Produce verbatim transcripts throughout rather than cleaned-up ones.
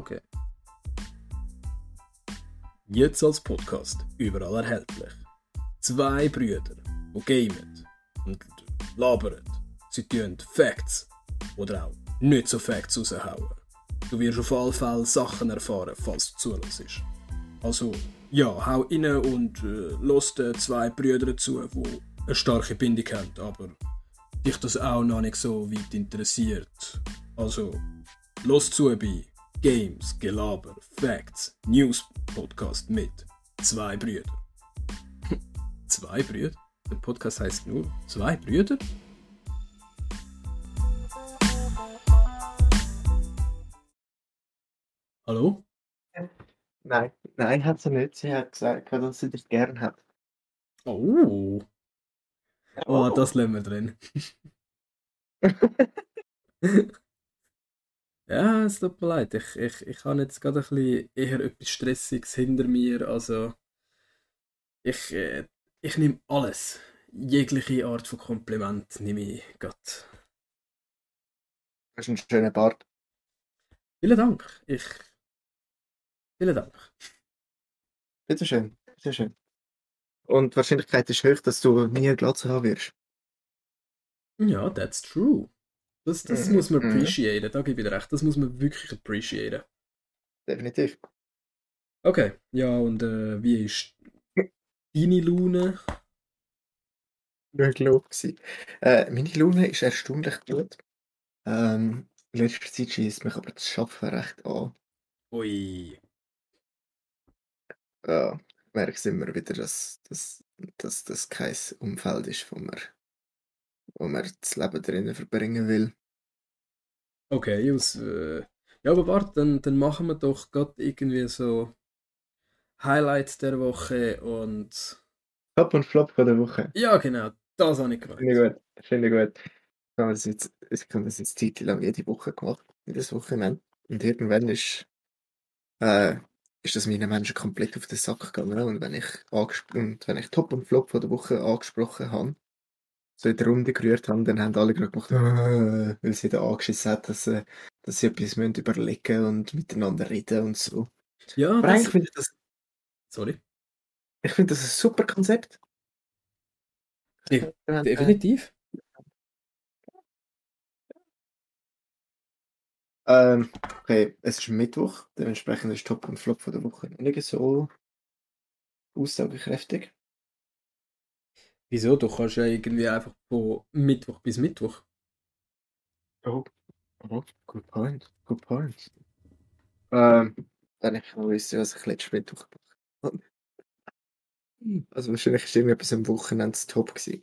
Okay. Jetzt als Podcast überall erhältlich. Zwei Brüder, die gamen und labern. Sie tun Facts oder auch nicht so Facts raushauen. Du wirst auf alle Fälle Sachen erfahren, falls du zuhörst. Also, ja, hau rein und äh, lass den zwei Brüdern zu, die eine starke Bindung haben, aber dich das auch noch nicht so weit interessiert. Also, los zu bei Games, Gelaber, Facts, News Podcast mit zwei Brüdern. Zwei Brüder? Der Podcast heisst nur zwei Brüder? Hallo? Nein, nein, hat sie nicht. Sie hat gesagt, dass sie dich gern hat. Oh, oh, das lassen wir drin. Ja, es tut mir leid. Ich, ich, ich habe jetzt gerade ein bisschen eher etwas Stressiges hinter mir. Also, ich, äh, ich nehme alles. Jegliche Art von Kompliment nehme ich gerade. Du hast einen schönen Bart. Vielen Dank. Ich, vielen Dank. Bitteschön, bitteschön. Und die Wahrscheinlichkeit ist hoch, dass du nie eine Glatze haben wirst. Ja, that's true. Das, das Mhm, muss man mhm. appreciaten. Da gebe ich dir recht. Das muss man wirklich appreciaten. Definitiv. Okay, ja, und äh, wie ist deine Laune? Nicht Lob gewesen. Äh, meine Laune ist erstaunlich gut. Ähm, in letzter Zeit schießt mich aber das Arbeiten recht an. Ui. Ja, ich merke es immer wieder, dass das dass das kein Umfeld ist, wo man, wo man das Leben drinnen verbringen will. Okay, aus, äh, ja, aber warte, dann, dann machen wir doch gerade irgendwie so Highlights der Woche und. Top und Flop von der Woche. Ja, genau, das habe ich Finde ich gemeint. gut. Finde ich gut. Ich habe das jetzt, ich habe das jetzt Zeit lang jede Woche gemacht, jedes Wochenende. Und irgendwann ist, äh, ist das meinen Menschen komplett auf den Sack gegangen. Und wenn ich, angesp- und wenn ich Top und Flop von der Woche angesprochen habe, so in der Runde gerührt haben, dann haben alle gerade gemacht, äh, weil sie da angeschissen hat, dass, äh, dass sie etwas müssen überlegen und miteinander reden und so. Ja, Aber eigentlich das. finde ich das, Sorry. ich finde das ein super Konzept. De Äh, definitiv. Ähm, okay, es ist Mittwoch, dementsprechend ist Top und Flop von der Woche noch nicht so aussagekräftig. Wieso? Du kannst ja irgendwie einfach von Mittwoch bis Mittwoch. Oh, oh, good point, good point. Ähm, wenn ich noch wüsste, was ich letzten Mittwoch gemacht habe. Also wahrscheinlich ist irgendetwas am Wochenende top gewesen.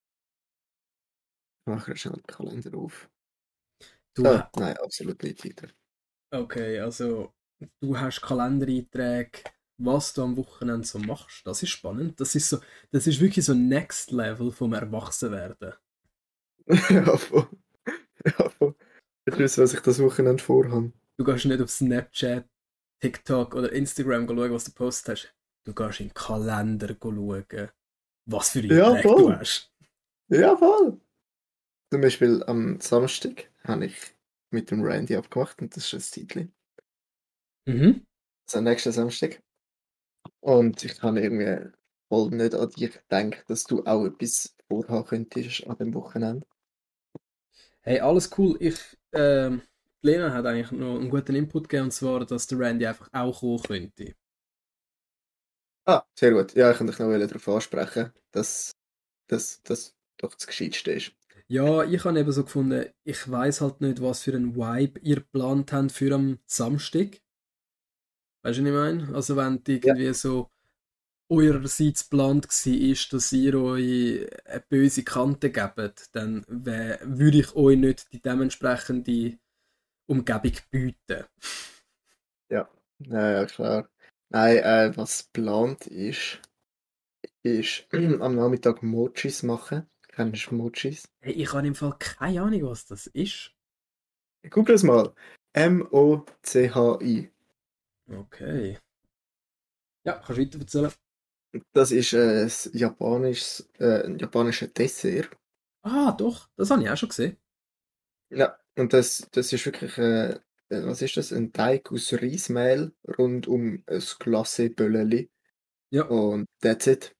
Ich mache schnell den Kalender auf. Du, Ah, ha- nein, absolut nicht weiter. okay, also du hast Kalendereinträge, was du am Wochenende so machst. Das ist spannend. Das ist so, das ist wirklich so Next Level vom Erwachsenwerden. Ja, voll. Ja, voll. Ich weiß, was ich das Wochenende vorhabe. Du gehst nicht auf Snapchat, TikTok oder Instagram schauen, was du postet hast. Du gehst in den Kalender schauen, was für Ja, Einträge du voll. hast. Ja, voll. Zum Beispiel am Samstag habe ich mit dem Randy abgemacht und das ist ein Zeitchen. Mhm. Also nächsten Samstag. Und ich habe irgendwie voll nicht an dich gedacht, dass du auch etwas vorhaben könntest an dem Wochenende. Hey, alles cool. Ich, ähm, die Lena hat eigentlich noch einen guten Input gegeben, und zwar, dass der Randy einfach auch kommen könnte. Ah, sehr gut. Ja, ich kann dich noch darauf ansprechen, dass das dass doch das Gescheiteste ist. Ja, ich habe eben so gefunden, ich weiß halt nicht, was für einen Vibe ihr geplant habt für am Samstag. Weißt du, was ich meine? Also, wenn Ja, irgendwie so eurerseits geplant war, dass ihr euch eine böse Kante gebt, dann wär- würde ich euch nicht die dementsprechende Umgebung bieten. ja. Ja, ja, klar. Nein, äh, was geplant ist, ist am Nachmittag Mochis machen. Kennst du Mochis? Hey, ich habe im Fall keine Ahnung, was das ist. Google es mal. M O C H I. Okay. Ja, kannst du weiter erzählen? Das ist äh, ein japanisches, äh, ein japanischer Dessert. Ah, doch, das habe ich auch schon gesehen. Ja, und das, das ist wirklich äh, äh, was ist das? Ein Teig aus Reismehl rund um ein Glacé-Bölleli Ja, und that's it.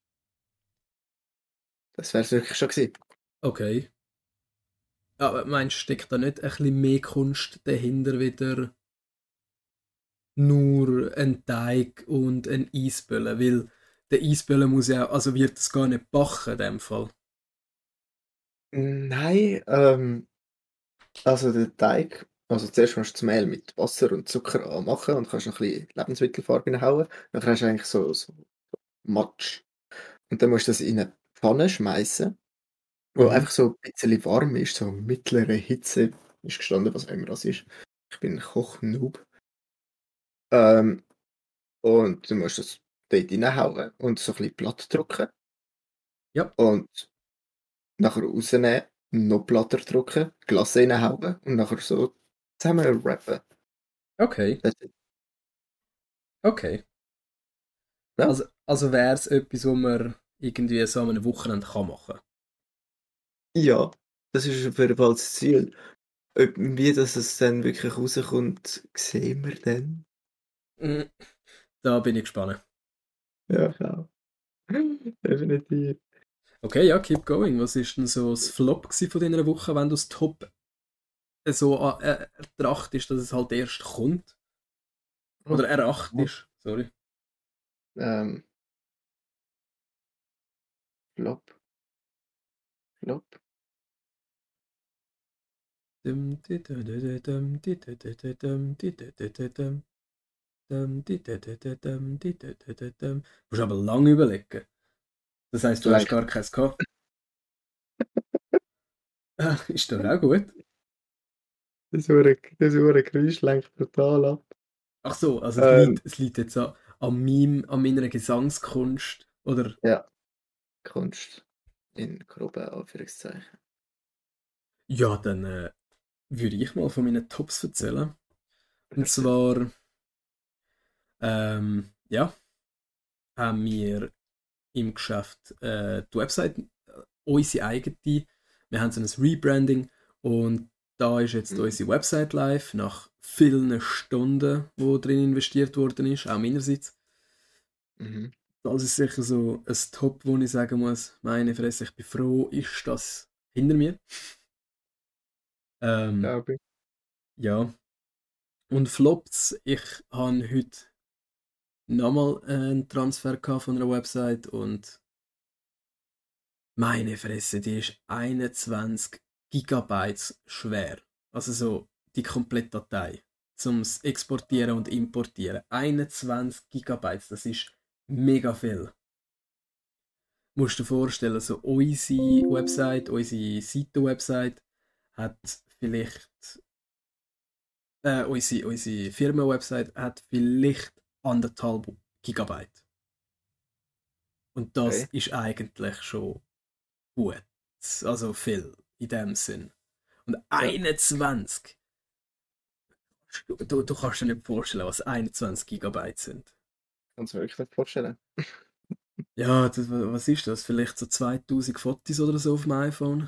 Das wär's wirklich schon gewesen. okay. Aber meinst du, steckt da nicht ein bisschen mehr Kunst dahinter wieder nur ein Teig und ein Eisbölle? Weil der Eisbölle muss ja, also wird es gar nicht backen in dem Fall. Nein, ähm, also der Teig, also zuerst musst du das Mehl mit Wasser und Zucker anmachen und kannst noch ein bisschen Lebensmittelfarbe reinhauen. Dann hast du eigentlich so, so Matsch. Und dann musst du das in eine Pfanne schmeißen, wo Mhm. einfach so ein bisschen warm ist, so mittlere Hitze. Ist gestanden, was auch immer das ist. Ich bin ein Koch-Noob. Ähm, und du musst das dort reinhauen und so ein bisschen platt drücken. Ja, Und nachher rausnehmen, noch platter drücken, Glas reinhauen und nachher so zusammen wrappen. okay, That's it. okay. Ja, Also, also wäre es etwas, wo man irgendwie so an einem Wochenende kann machen. ja, das ist auf jeden Fall das Ziel. Ob, wie dass es dann wirklich rauskommt, sehen wir dann. Mhm. Da bin ich gespannt. Ja, genau. Definitiv. Okay, ja, keep going. Was ist denn so das Flop gsi von dieser Woche, wenn du das Top so an- äh, ertrachtest, dass es halt erst kommt? Oh, Oder erachtest? Sorry. ähm, Flop, Flop. Dum, di, du, du, du, dum, di, du, du, du, dum, di, du, du, du, dum, dum, di, du, du, du, dum, di, du, du, du, dum. Du musst aber lange überlegen. Das heisst, Das du hast lenkt, gar keins gehabt. Ah, ist doch auch gut. das hure, das hure Geräusch lenkt total ab. Ach so, also es Ähm, liegt, es liegt jetzt an, an, meinem, an meiner Gesangskunst. Oder, ja, Kunst in groben Anführungszeichen. ja, dann äh, würde ich mal von meinen Tops erzählen. Und Erzähl. zwar, ähm, ja, haben wir im Geschäft äh, die Website, äh, unsere eigene. Wir haben so ein Rebranding und da ist jetzt Mhm. unsere Website live, nach vielen Stunden, wo drin investiert worden ist, auch meinerseits. Mhm. Das ist sicher so ein Top, wo ich sagen muss, meine Fresse, ich bin froh, ist das hinter mir. Ähm, Glaube ich. ja, und Flops, ich habe heute nochmal einen Transfer gehabt von einer Website und meine Fresse, die ist einundzwanzig Gigabytes schwer. Also so die komplette Datei. Zum Exportieren und Importieren. einundzwanzig Gigabytes, das ist mega viel. Musst du dir vorstellen, so unsere Website, unsere Seitenwebsite hat vielleicht, äh, unsere, unsere Firmenwebsite hat vielleicht anderthalb Gigabyte. Und das Okay. ist eigentlich schon gut. Also viel in dem Sinn. Und Ja, einundzwanzig. Du, du, du kannst dir nicht vorstellen, was einundzwanzig Gigabyte sind. kannst du mir wirklich nicht vorstellen. Ja, das, was ist das? Vielleicht so zweitausend Fotos oder so auf dem iPhone.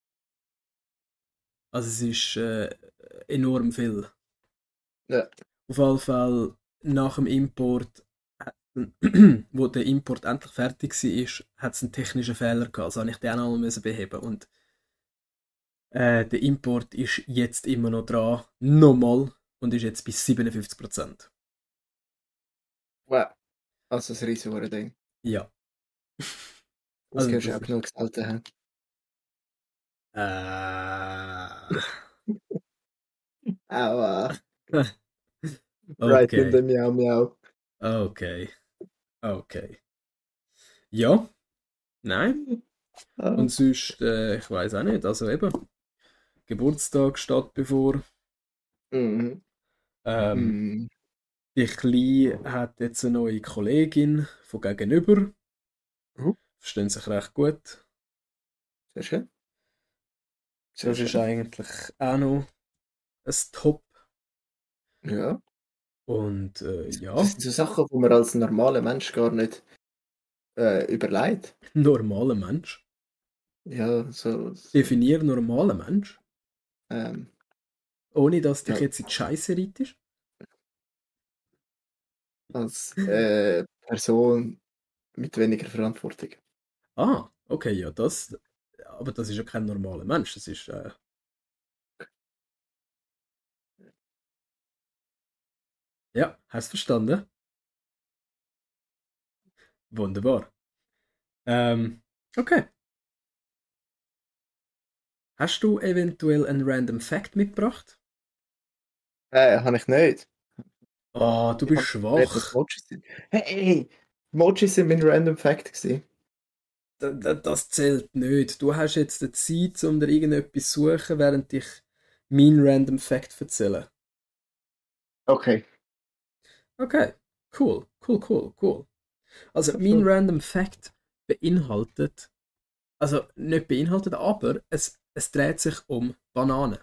Also es ist äh, enorm viel. Ja, Auf jeden Fall nach dem Import, wo der Import endlich fertig war, hat es einen technischen Fehler gehabt. Also habe ich den auch noch mal beheben. Und äh, der Import ist jetzt immer noch dran. Nochmal. Und ist jetzt bis siebenundfünfzig Prozent. wow. Also das riesige Ding. Ja. Das Also kannst du das auch ist. genug selten haben. Äh, Aua. Right in okay. the Miau Miau. Okay. Okay. Ja, nein. Ah. Und sonst, äh, ich weiß auch nicht. Also eben, Geburtstag steht bevor. Mhm. Ähm, Mhm. die Kleine hat jetzt eine neue Kollegin von gegenüber. Mhm. Verstehen sich recht gut. Sehr schön. Sehr Das ist schön. eigentlich auch noch ein Top. Ja. Und äh, Das das ja, sind so Sachen, die man als normaler Mensch gar nicht äh, überlegt. normaler Mensch. Ja, so, so Definier normaler Mensch. ähm, ohne dass dich Ja, jetzt in die Scheiße reitest? als äh, Person mit weniger Verantwortung. Ah, okay, ja, das. Aber das ist ja kein normaler Mensch. Das ist. Äh, ja, hast du verstanden? Wunderbar. Ähm, okay. Hast du eventuell einen Random Fact mitgebracht? Äh, habe ich nicht. Ah, du Ich bist habe geredet, dass schwach. Emojis sind. Hey, hey, Emojis sind mein Random Fact gewesen. Da- da- Das zählt nicht. Du hast jetzt die Zeit, um dir irgendetwas zu suchen, während ich meinen Random Fact erzähle. Okay. Okay, cool, cool, cool, cool. Also, mein So. Random Fact beinhaltet, also nicht beinhaltet, aber es, es dreht sich um Bananen.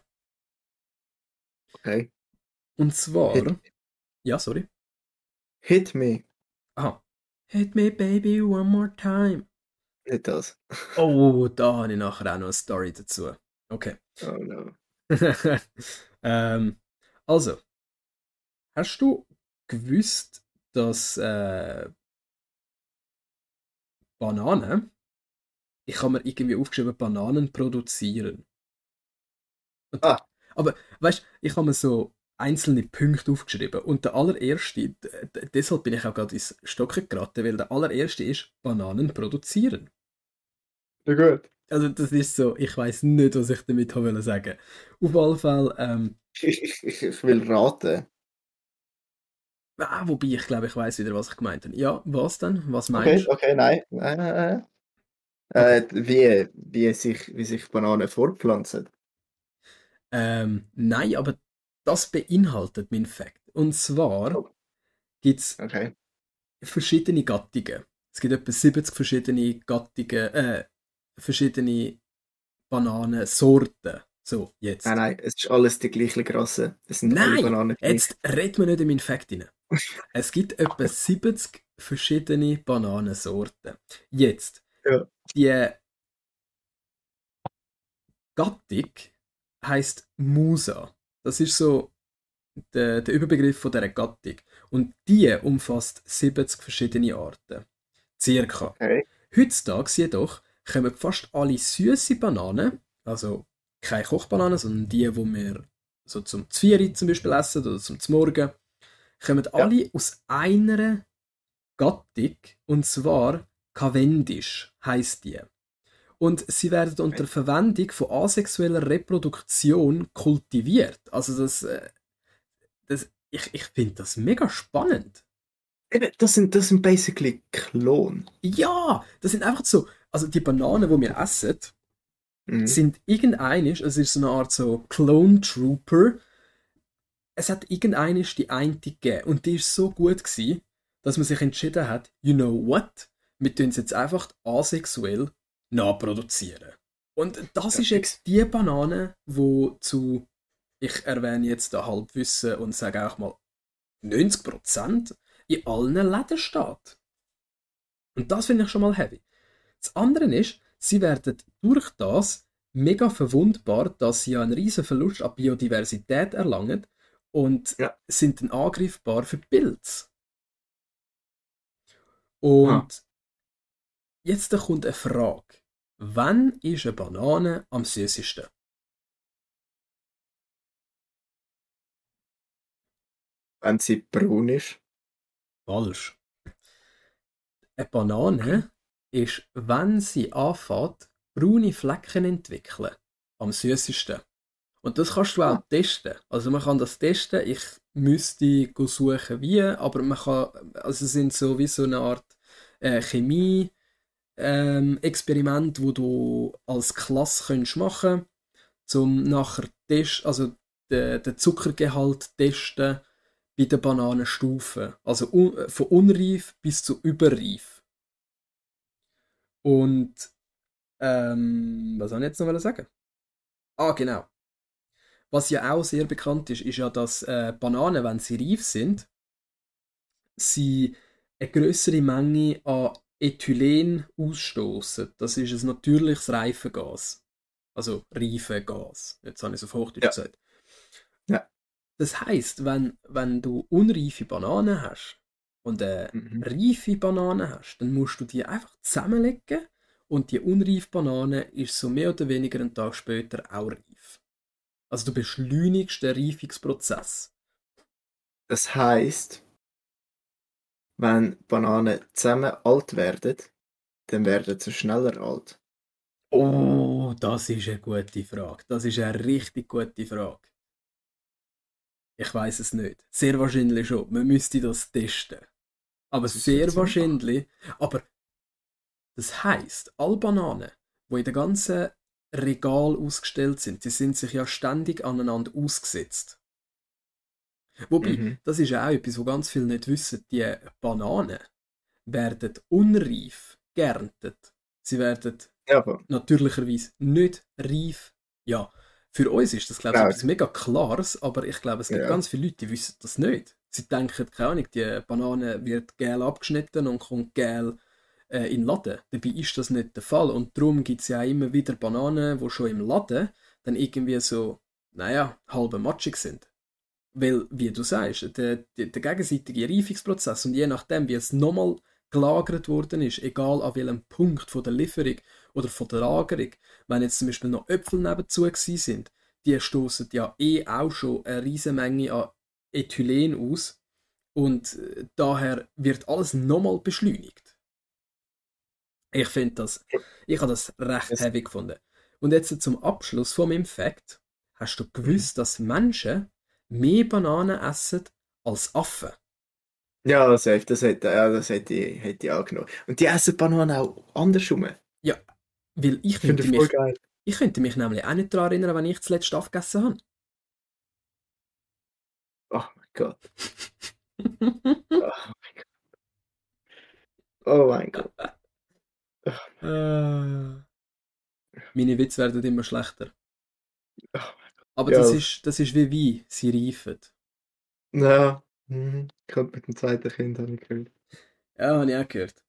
Okay. Und Hit, zwar, ja, sorry. hit me. Aha. Hit me, baby, one more time. Nicht das. Oh, da habe ich nachher auch noch eine Story dazu. Okay. Oh no. ähm, also, hast du gewusst, dass äh, Bananen, ich habe mir irgendwie aufgeschrieben, Bananen produzieren. Und, Ah, aber weißt du, ich habe mir so einzelne Punkte aufgeschrieben. Und der allererste, d- d- deshalb bin ich auch gerade ins Stocken geraten, weil der allererste ist Bananen produzieren. na gut. Also das ist so, ich weiß nicht, was ich damit haben wollte sagen. Auf jeden Fall, ähm, Ich, ich, ich will raten. ah, wobei ich glaube, ich weiß wieder, was ich gemeint habe. Ja, was denn? Was Okay, meinst okay, nein. Nein, nein, nein. du? Okay. Äh, wie, wie sich, wie sich Bananen fortpflanzen. Ähm, nein, aber das beinhaltet mein Fact. Und zwar Oh, gibt es okay. verschiedene Gattungen. Es gibt etwa siebzig verschiedene Gattungen, äh, verschiedene Bananensorten. So, Nein, jetzt. nein, es ist alles die gleiche Rasse. Es sind alle Nein! Bananen gleich. Jetzt redet man nicht in meinen Fact rein. Es gibt etwa siebzig verschiedene Bananensorten. Jetzt, Ja. die Gattung heisst Musa. Das ist so der, der Überbegriff von dieser Gattung. Und die umfasst siebzig verschiedene Arten. Circa. Okay. Heutzutage jedoch kommen fast alle süße Bananen, also keine Kochbananen, sondern die, die wir so zum Zvieri zum Beispiel essen oder zum Zmorgen, kommen Ja. alle aus einer Gattung, und zwar Cavendish heisst die. Und sie werden unter Verwendung von asexueller Reproduktion kultiviert. Also das, äh, das ich, ich finde das mega spannend. Eben, das sind, das sind basically Klon. Ja, das sind einfach so, also die Bananen, die wir essen, Mhm. sind irgendeinisch, es ist so eine Art so Clone Trooper. Es hat irgendeinisch die eine gegeben und die ist so gut gewesen, dass man sich entschieden hat, you know what? Wir tun es jetzt einfach asexuell nachproduzieren. Und das ist Perfekt. jetzt die Banane, wo zu, ich erwähne jetzt da Halbwissen und sage auch mal neunzig Prozent in allen Läden steht. Und das finde ich schon mal heavy. Das andere ist, sie werden durch das mega verwundbar, dass sie ja einen riesen Verlust an Biodiversität erlangen und Ja. sind dann angreifbar für Pilze. Aha. Und jetzt kommt eine Frage. Wann ist eine Banane am süßesten? Wenn sie braun ist. Falsch. Eine Banane ist, wenn sie anfängt, braune Flecken entwickeln, am süßesten. Und das kannst du auch Ah, testen. Also man kann das testen. Ich müsste go suchen wie, aber man kann, also es sind so wie so eine Art äh, Chemie ähm, Experiment, wo du als Klasse kannst machen, zum nachher test, also den, den Zuckergehalt testen bei den Bananenstufen. Also un, von unreif bis zu überreif. Und ähm, was soll ich jetzt noch sagen? Ah, genau. Was ja auch sehr bekannt ist, ist ja, dass äh, Bananen, wenn sie reif sind, sie eine größere Menge an Ethylen ausstoßen. Das ist ein natürliches Reifengas. Also Reifengas. Jetzt habe ich es auf Hochdeutsch ja. gesagt. Das heisst, wenn, wenn du unreife Bananen hast und eine Mhm. reife Banane hast, dann musst du die einfach zusammenlegen und die unreife Banane ist so mehr oder weniger einen Tag später auch reif. Also du beschleunigst den Reifungsprozess. Das heisst, wenn Bananen zusammen alt werden, dann werden sie schneller alt. Oh, das ist eine gute Frage. Das ist eine richtig gute Frage. Ich weiß es nicht. Sehr wahrscheinlich schon. Man müsste das testen. Aber Das ist nicht sehr so einfach. wahrscheinlich. Aber das heisst, alle Bananen, die in der ganzen Regal ausgestellt sind, die sind sich ja ständig aneinander ausgesetzt. Wobei, Mhm. das ist ja auch etwas, was ganz viele nicht wissen. Die Bananen werden unreif geerntet. Sie werden Ja, aber natürlicherweise nicht reif. Ja, für uns ist das, glaube ich, genau. etwas mega Klares, aber ich glaube, es gibt Ja. ganz viele Leute, die wissen das nicht. Sie denken, keine Ahnung, die Banane wird gel abgeschnitten und kommt gel äh, in den Laden. Dabei ist das nicht der Fall und darum gibt es ja auch immer wieder Bananen, die schon im Laden dann irgendwie so, naja, halb matschig sind. Weil, wie du sagst, der, der, der gegenseitige Reifungsprozess und je nachdem, wie es nochmal gelagert worden ist, egal an welchem Punkt von der Lieferung oder von der Lagerung, wenn jetzt zum Beispiel noch Äpfel nebenzu gewesen sind, die stoßen ja eh auch schon eine riesige Menge an Ethylen aus und äh, daher wird alles nochmal beschleunigt. Ich finde das, ich habe das recht Das, heavy gefunden. Und jetzt zum Abschluss von meinem Fact, hast du mhm. gewusst, dass Menschen mehr Bananen essen als Affen? Ja, safe, das hätte, ja, das hätte ich, hätte ich angenommen. Und die essen Bananen auch andersrum. Ja, weil ich Ich finde könnte das voll mich, geil. ich könnte mich nämlich auch nicht daran erinnern, wenn ich zuletzt Aff gegessen habe. Oh mein Gott. Oh, oh mein Gott. Äh, Meine Witze werden immer schlechter. Oh, Aber ja, das das, ist, das ist wie Wein, sie reifen. ja. Mhm. Kommt mit dem zweiten Kind, habe ich gehört. Ja, habe ich auch gehört.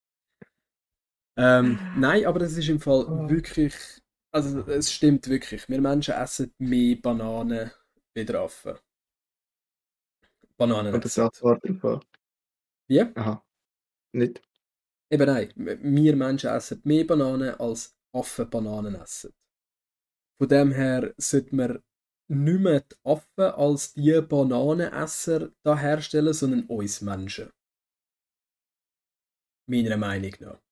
Ähm, nein, aber das ist im Fall Oh. wirklich, also es stimmt wirklich. Wir Menschen essen mehr Bananen wie der Affen. Bananen Und das essen. Antwort. Wie? Aha, nicht. Eben nein, wir Menschen essen mehr Bananen als Affen Bananen essen. Von dem her sollte man nicht mehr die Affen als die Bananenesser da herstellen, sondern uns Menschen. Meiner Meinung nach.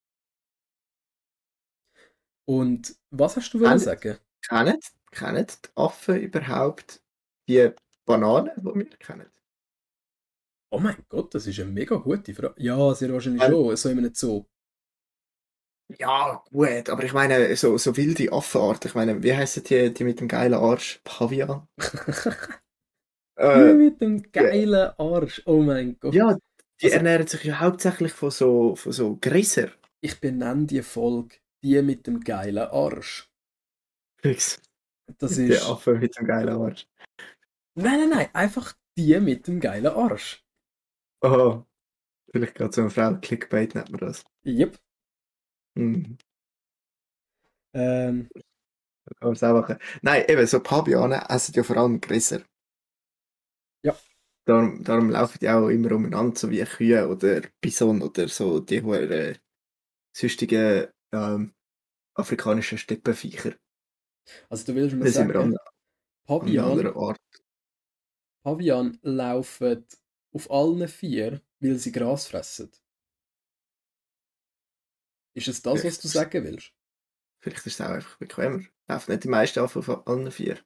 Und was hast du wollen Kennen, sagen? kennen, kennen die Affen überhaupt die Bananen, die wir kennen? Oh mein Gott, das ist eine mega gute Frage. Ja, sehr wahrscheinlich Weil, schon, so in einem Zoo. ja, gut, aber ich meine, so, so wilde Affenarten, ich meine, wie heißen die, die mit dem geilen Arsch? Pavian? Die Äh, mit dem ja, geilen Arsch. Oh mein Gott. ja, die Also, ernähren sich ja hauptsächlich von so, von so Grisser. ich benenne die Folge die mit dem geilen Arsch. Fix. Das Der ist. Affe mit dem geilen Arsch. Nein, nein, nein, einfach die mit dem geilen Arsch. Oh, vielleicht gerade so eine Frau, Clickbait nennt man das. Yep. Hm, Ähm, da kann man es auch machen. Nein, eben, so Paviane essen ja vor allem Grisser. ja. Darum, darum laufen die auch immer umeinander, so wie Kühe oder Bison oder so, die hohen äh, sonstigen ähm, afrikanischen Steppenviecher. Also du willst mir Das sind wir sagen, an, an einer Pavian, anderen Art. Pavian laufen auf allen vier, weil sie Gras fressen. Ist es das, was Vielleicht du ist, sagen willst? vielleicht ist es auch einfach bequemer. Laufen nicht die meisten Affen auf allen vier.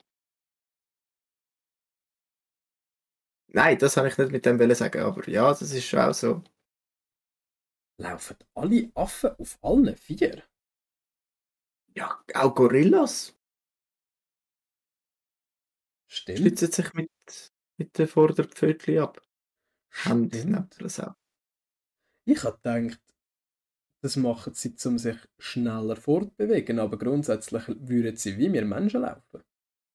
Nein, das habe ich nicht mit dem wollen sagen, aber ja, das ist schon auch so. Laufen alle Affen auf allen vier? Ja, auch Gorillas Stimmt. stützen sich mit, mit den Vorderpfötchen ab. Hand nennt Stimmt. man das auch. Ich habe gedacht, das machen sie, um sich schneller fortbewegen, aber grundsätzlich würden sie wie wir Menschen laufen.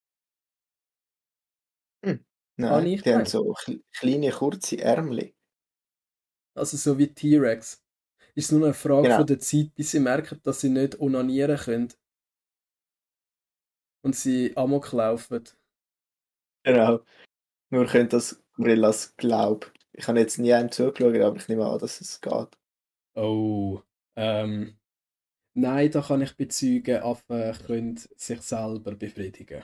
Hm. Habe Nein, ich die haben gedacht. so kle- kleine, kurze Ärmel. Also so wie T-Rex. Ist nur eine Frage Genau, von der Zeit, bis sie merken, dass sie nicht onanieren können und sie Amok laufen. genau. Nur könnte das Gorillas glauben. Ich habe jetzt nie einem zugeschaut, aber ich nehme an, dass es geht. Oh, ähm, nein, da kann ich bezeugen, Affen können sich selber befriedigen.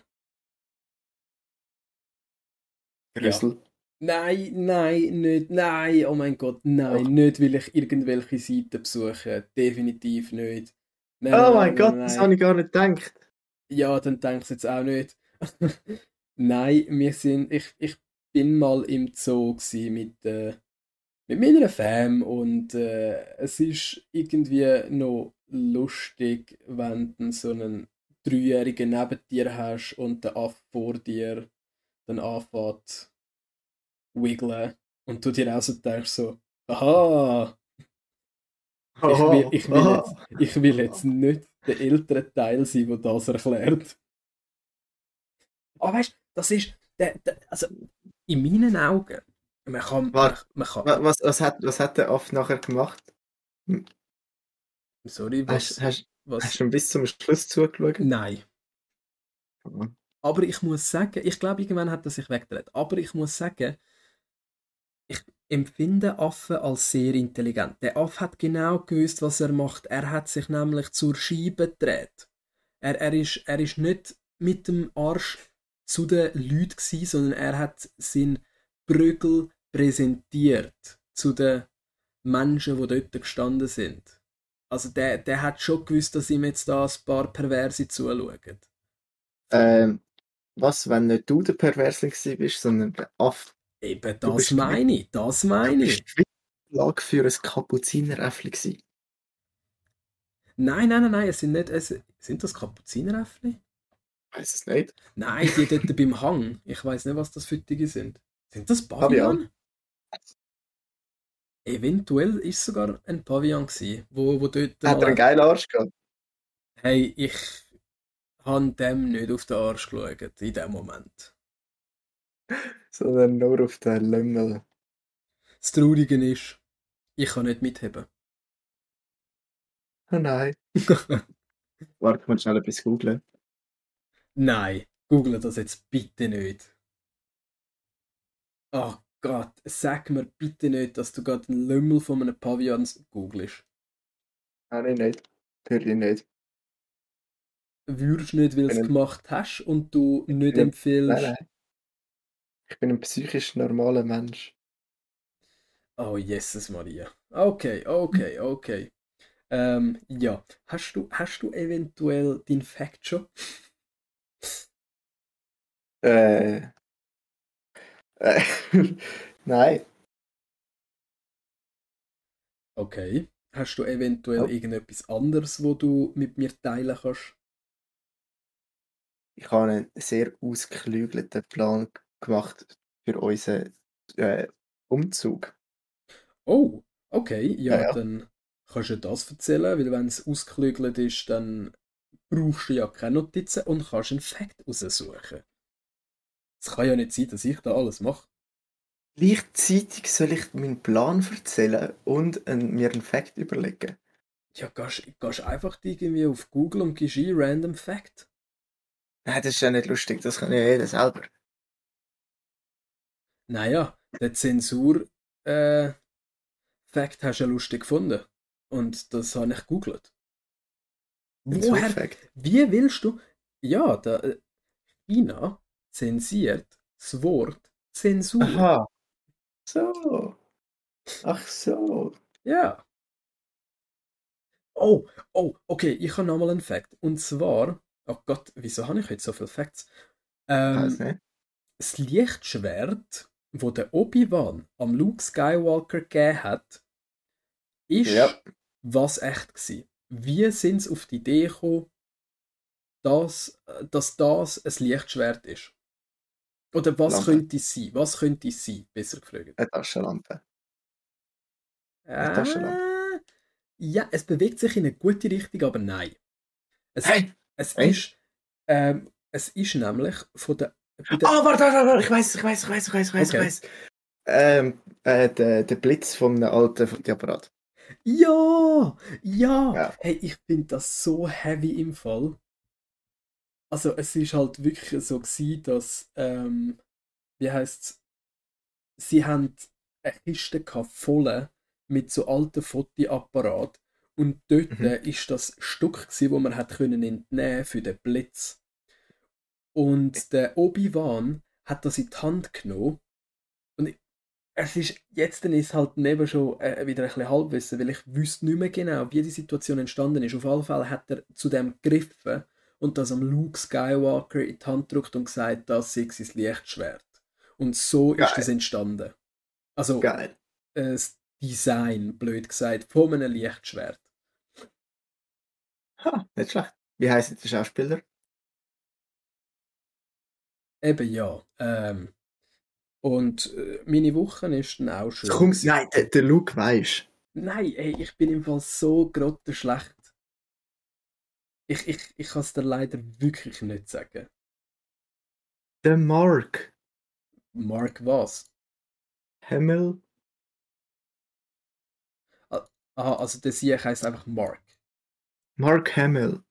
Ja. Grüssel. Nein, nein, nicht, nein, oh mein Gott, Doch. nein, nicht, weil ich irgendwelche Seiten besuche. Definitiv nicht. Nein, nein, Oh nein, mein nein, nein, Gott, das habe nein. ich gar nicht gedacht. Ja, dann denkst du jetzt auch nicht. Nein, wir sind, ich, ich bin mal im Zoo gsi mit, äh, mit meiner Fam und äh, es ist irgendwie noch lustig, wenn du so einen Dreijährigen neben dir hast und der Affe vor dir dann anfängt wiggeln und du dir auch so denkst so, aha, ich will, Aha, ich will aha. jetzt, ich will jetzt nicht der ältere Teil sein, der das erklärt. Aber weißt du, das ist, der, der, also in meinen Augen, man kann, man, Warte, man kann, wa- was, was hat, was hat der Affe nachher gemacht? Hm, sorry, Hast, was, hast, hast was, du bis zum Schluss zugeschaut? nein. Mhm. Aber ich muss sagen, ich glaube, irgendwann hat er sich weggedreht. Aber ich muss sagen, ich empfinde Affen als sehr intelligent. Der Affe hat genau gewusst, was er macht. Er hat sich nämlich zur Scheibe gedreht. Er, er, ist, er ist nicht mit dem Arsch zu den Leuten gewesen, sondern er hat seinen Prügel präsentiert zu den Menschen, die dort gestanden sind. Also der, der hat schon gewusst, dass ihm jetzt da ein paar Perverse zuschauen. Ähm, was, wenn nicht du der Perversling gewesen bist, sondern der Affe? Eben, Du das bist wie, meine ich, das du meine ich. bist wie die Lage für ein Kapuzineräffli gewesen. Nein, nein, nein, nein, es sind nicht, es, sind das Kapuzineräffli? Weiß es nicht. Nein, die dort beim Hang. Ich weiß nicht, was das für Dinge sind. Sind das Fabian, Pavian? Eventuell ist es sogar ein Pavian gewesen, wo, wo dort hat er einen mal... geilen Arsch gehabt? Hey, ich habe dem nicht auf den Arsch geschaut, in dem Moment. Sondern nur auf den Lümmel. Das Traurige ist, ich kann nicht mitheben. Oh nein. Warte, mal schnell etwas googeln. Nein, google das jetzt bitte nicht. Oh Gott, sag mir bitte nicht, dass du gerade einen Lümmel von einem Pavian googelst. Habe ich nicht. Natürlich nicht. Würdest nicht, weil du Ich es bin ein, gemacht hast und du ich nicht bin ein, nein, empfiehlst. nein. Ich bin ein psychisch normaler Mensch. Oh, Jesus Maria. Okay, okay, okay. Ähm, ja. Hast du, hast du eventuell den Fact schon? Äh, äh, nein. Okay. Hast du eventuell Oh, irgendetwas anderes, wo du mit mir teilen kannst? ich habe einen sehr ausgeklügelten Plan gemacht für unseren äh, Umzug. Oh, okay. Ja, Ja, ja. dann kannst du das erzählen, weil wenn es ausgeklügelt ist, dann brauchst du ja keine Notizen und kannst einen Fact raussuchen. Es kann ja nicht sein, dass ich da alles mache. Gleichzeitig soll ich meinen Plan erzählen und ein, mir einen Fact überlegen. Ja, gehst, gehst einfach irgendwie auf Google und gibst ein Random Fact. Nein, das ist ja nicht lustig, das kann ja jeder selber. Naja, der Zensur äh, Fact hast du ja lustig gefunden. Und das habe ich gegoogelt. Ein Woher, Surfact. wie willst du? Ja, da, äh, China zensiert das Wort Zensur. Aha, so. Ach so. Ja. Oh, oh, okay, ich habe nochmal einen Fact. Und zwar, oh Gott, wieso habe ich heute so viele Facts? Weiß Ähm, nicht. das Lichtschwert, wo der Obi-Wan am Luke Skywalker gegeben hat, Ja, ist was echt gewesen. Wie sind sie auf die Idee gekommen, dass, dass das ein Lichtschwert ist? Oder was Lampe. könnte es sein? Was könnte es sein? Besser gefragt. Eine Taschenlampe. Eine Taschenlampe. Äh, ja, es bewegt sich in eine gute Richtung, aber nein. Es, Hey! es Hey! ist, ähm, es ist nämlich von der, bei der, Ah, warte, warte, warte, ich weiß, ich weiß, ich weiß, ich weiß, ich weiß, ich okay. weiß. Ähm, äh, der, der Blitz von einem alten Fotoapparat. Ja, ja, Ja. hey, ich finde das so heavy im Fall. Also es ist halt wirklich so gewesen, dass ähm, wie heisst's, sie haben eine Kiste gehabt, voll mit so alten Fotoapparaten und dort Mhm. ist das Stück gsi, wo man hat können entnehmen für den Blitz. Und der Obi-Wan hat das in die Hand genommen und ich, es ist, jetzt dann ist halt neben schon äh, wieder ein bisschen Halbwissen, weil ich wüsste nicht mehr genau, wie die Situation entstanden ist. Auf jeden Fall hat er zu dem gegriffen und das am Luke Skywalker in die Hand gedrückt und gesagt, das sei sein Lichtschwert. Und so ist das Geil, entstanden. Also geil. äh, das Design, blöd gesagt, von einem Lichtschwert. Ha, nicht schlecht. Wie heisst der Schauspieler? Eben ja. Ähm, und äh, meine Woche ist dann auch Es schön kommt, gewesen. nein, der, der Luke weisst. Nein, ey, ich bin im Fall so grottenschlecht. Ich, ich, ich kann es dir leider wirklich nicht sagen. Der Mark Mark was? Hamill. Ah, aha, also der Sieg heisst einfach Mark. Mark Hamill.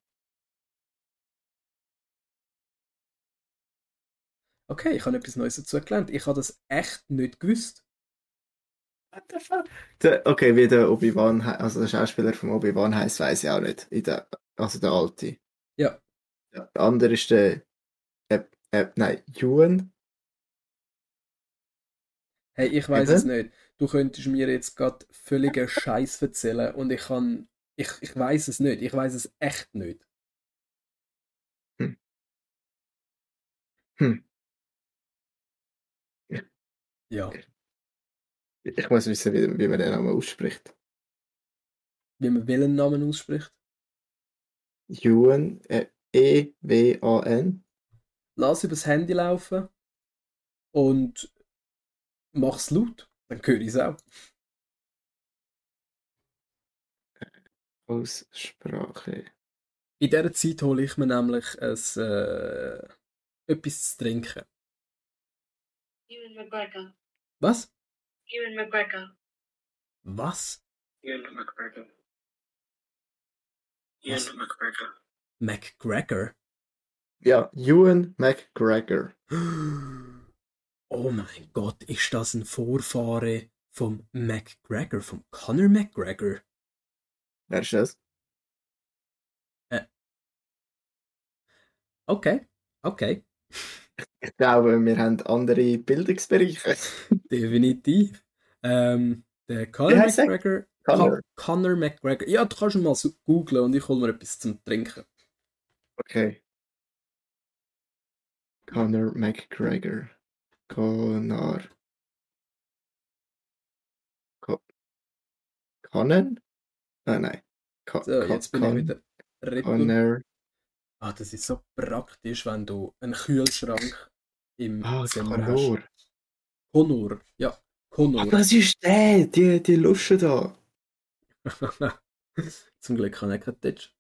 Okay, ich habe etwas Neues dazu gelernt. Ich habe das echt nicht gewusst. What the fuck? Der, okay, wie der Obi-Wan, hei- also der Schauspieler von Obi-Wan heißt, weiß ich auch nicht. In der, also der alte. Ja, Ja. Der andere ist der, äh, äh, nein, Ewan. hey, ich weiß es Eben. nicht. Du könntest mir jetzt gerade völligen Scheiß erzählen und ich kann, ich, ich weiß es nicht. Ich weiß es echt nicht. Hm. Hm. Ich, Ja, ich muss wissen, wie, wie man den Namen ausspricht. wie man welchen Namen ausspricht. Ewan, äh, E W A N. Lass übers Handy laufen und mach's laut. Dann höre ich es auch. Aussprache. In dieser Zeit hole ich mir nämlich ein, äh, etwas zu trinken. Ewan McGregor. Was? Ewan McGregor. Was? Ewan McGregor. Was? Ewan McGregor. McGregor? Ja, Ewan McGregor. Oh mein Gott, ist das ein Vorfahre vom McGregor, vom Conor McGregor? Wer ist das? Äh, okay, okay. Ich glaube, wir haben andere Bildungsbereiche. Definitiv. Ähm, der Wie Conor heißt er? McGregor. Connor. Con Conor McGregor. Ja, du kannst ihn mal so googlen und ich hole mir etwas zum Trinken. Okay. Conor McGregor. Conor. Co Conan? Ah, nein. Co So, Co jetzt bin ich Con wieder retour. Connor. Ah, das ist so praktisch, wenn du einen Kühlschrank im Ah, Zimmer hast. Connor. Conor, ja, Ah, Conor. das ist der, die, die Lusche da. Zum Glück kann ich kein Deutsch.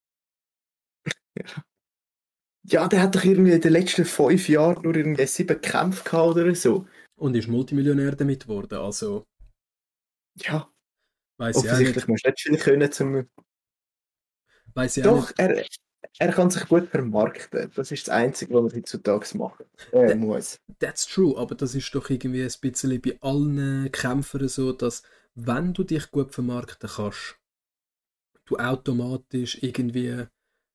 Ja. Ja, der hat doch irgendwie in den letzten fünf Jahren nur irgendwie sieben Kämpfe gehabt oder so. Und ist Multimillionär damit geworden, also Ja, weiß ich auch offensichtlich nicht. musst du nicht viel können zum... Weiß ich auch Doch, nicht. er, er kann sich gut vermarkten. Das ist das Einzige, was er heutzutage macht. Er That, muss. that's true, aber das ist doch irgendwie ein bisschen bei allen Kämpfern so, dass wenn du dich gut vermarkten kannst, du automatisch irgendwie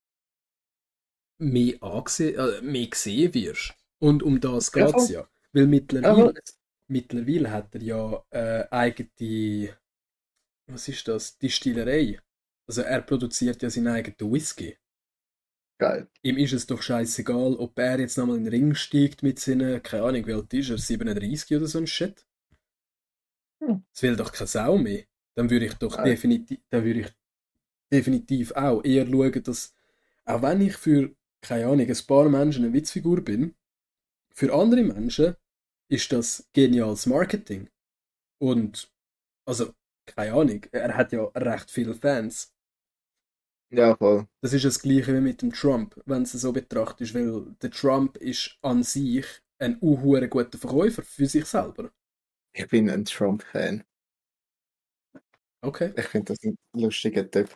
mehr, angesehen, äh, mehr gesehen wirst. Und um das Ja, geht es voll. ja. Weil Ja, mittlerweile, voll. mittlerweile hat er ja äh, eigene, was ist das, Distillerei. Also er produziert ja seinen eigenen Whisky. Geil. Ihm ist es doch scheißegal, ob er jetzt nochmal in den Ring steigt mit seinen, keine Ahnung, wie alt ist er, siebenunddreißig oder so ein Shit. Hm. Das will doch keine Sau mehr. Dann würde ich doch Geil. definitiv, dann würde ich definitiv auch eher schauen, dass, auch wenn ich für, keine Ahnung, ein paar Menschen eine Witzfigur bin, für andere Menschen ist das geniales Marketing. Und, also, keine Ahnung, er hat ja recht viele Fans. Ja, voll. Das ist das Gleiche wie mit dem Trump, wenn du es so betrachtest, weil der Trump ist an sich ein unhuere guter Verkäufer für sich selber. Ich bin ein Trump-Fan. Okay. Ich finde das ein lustiger Typ.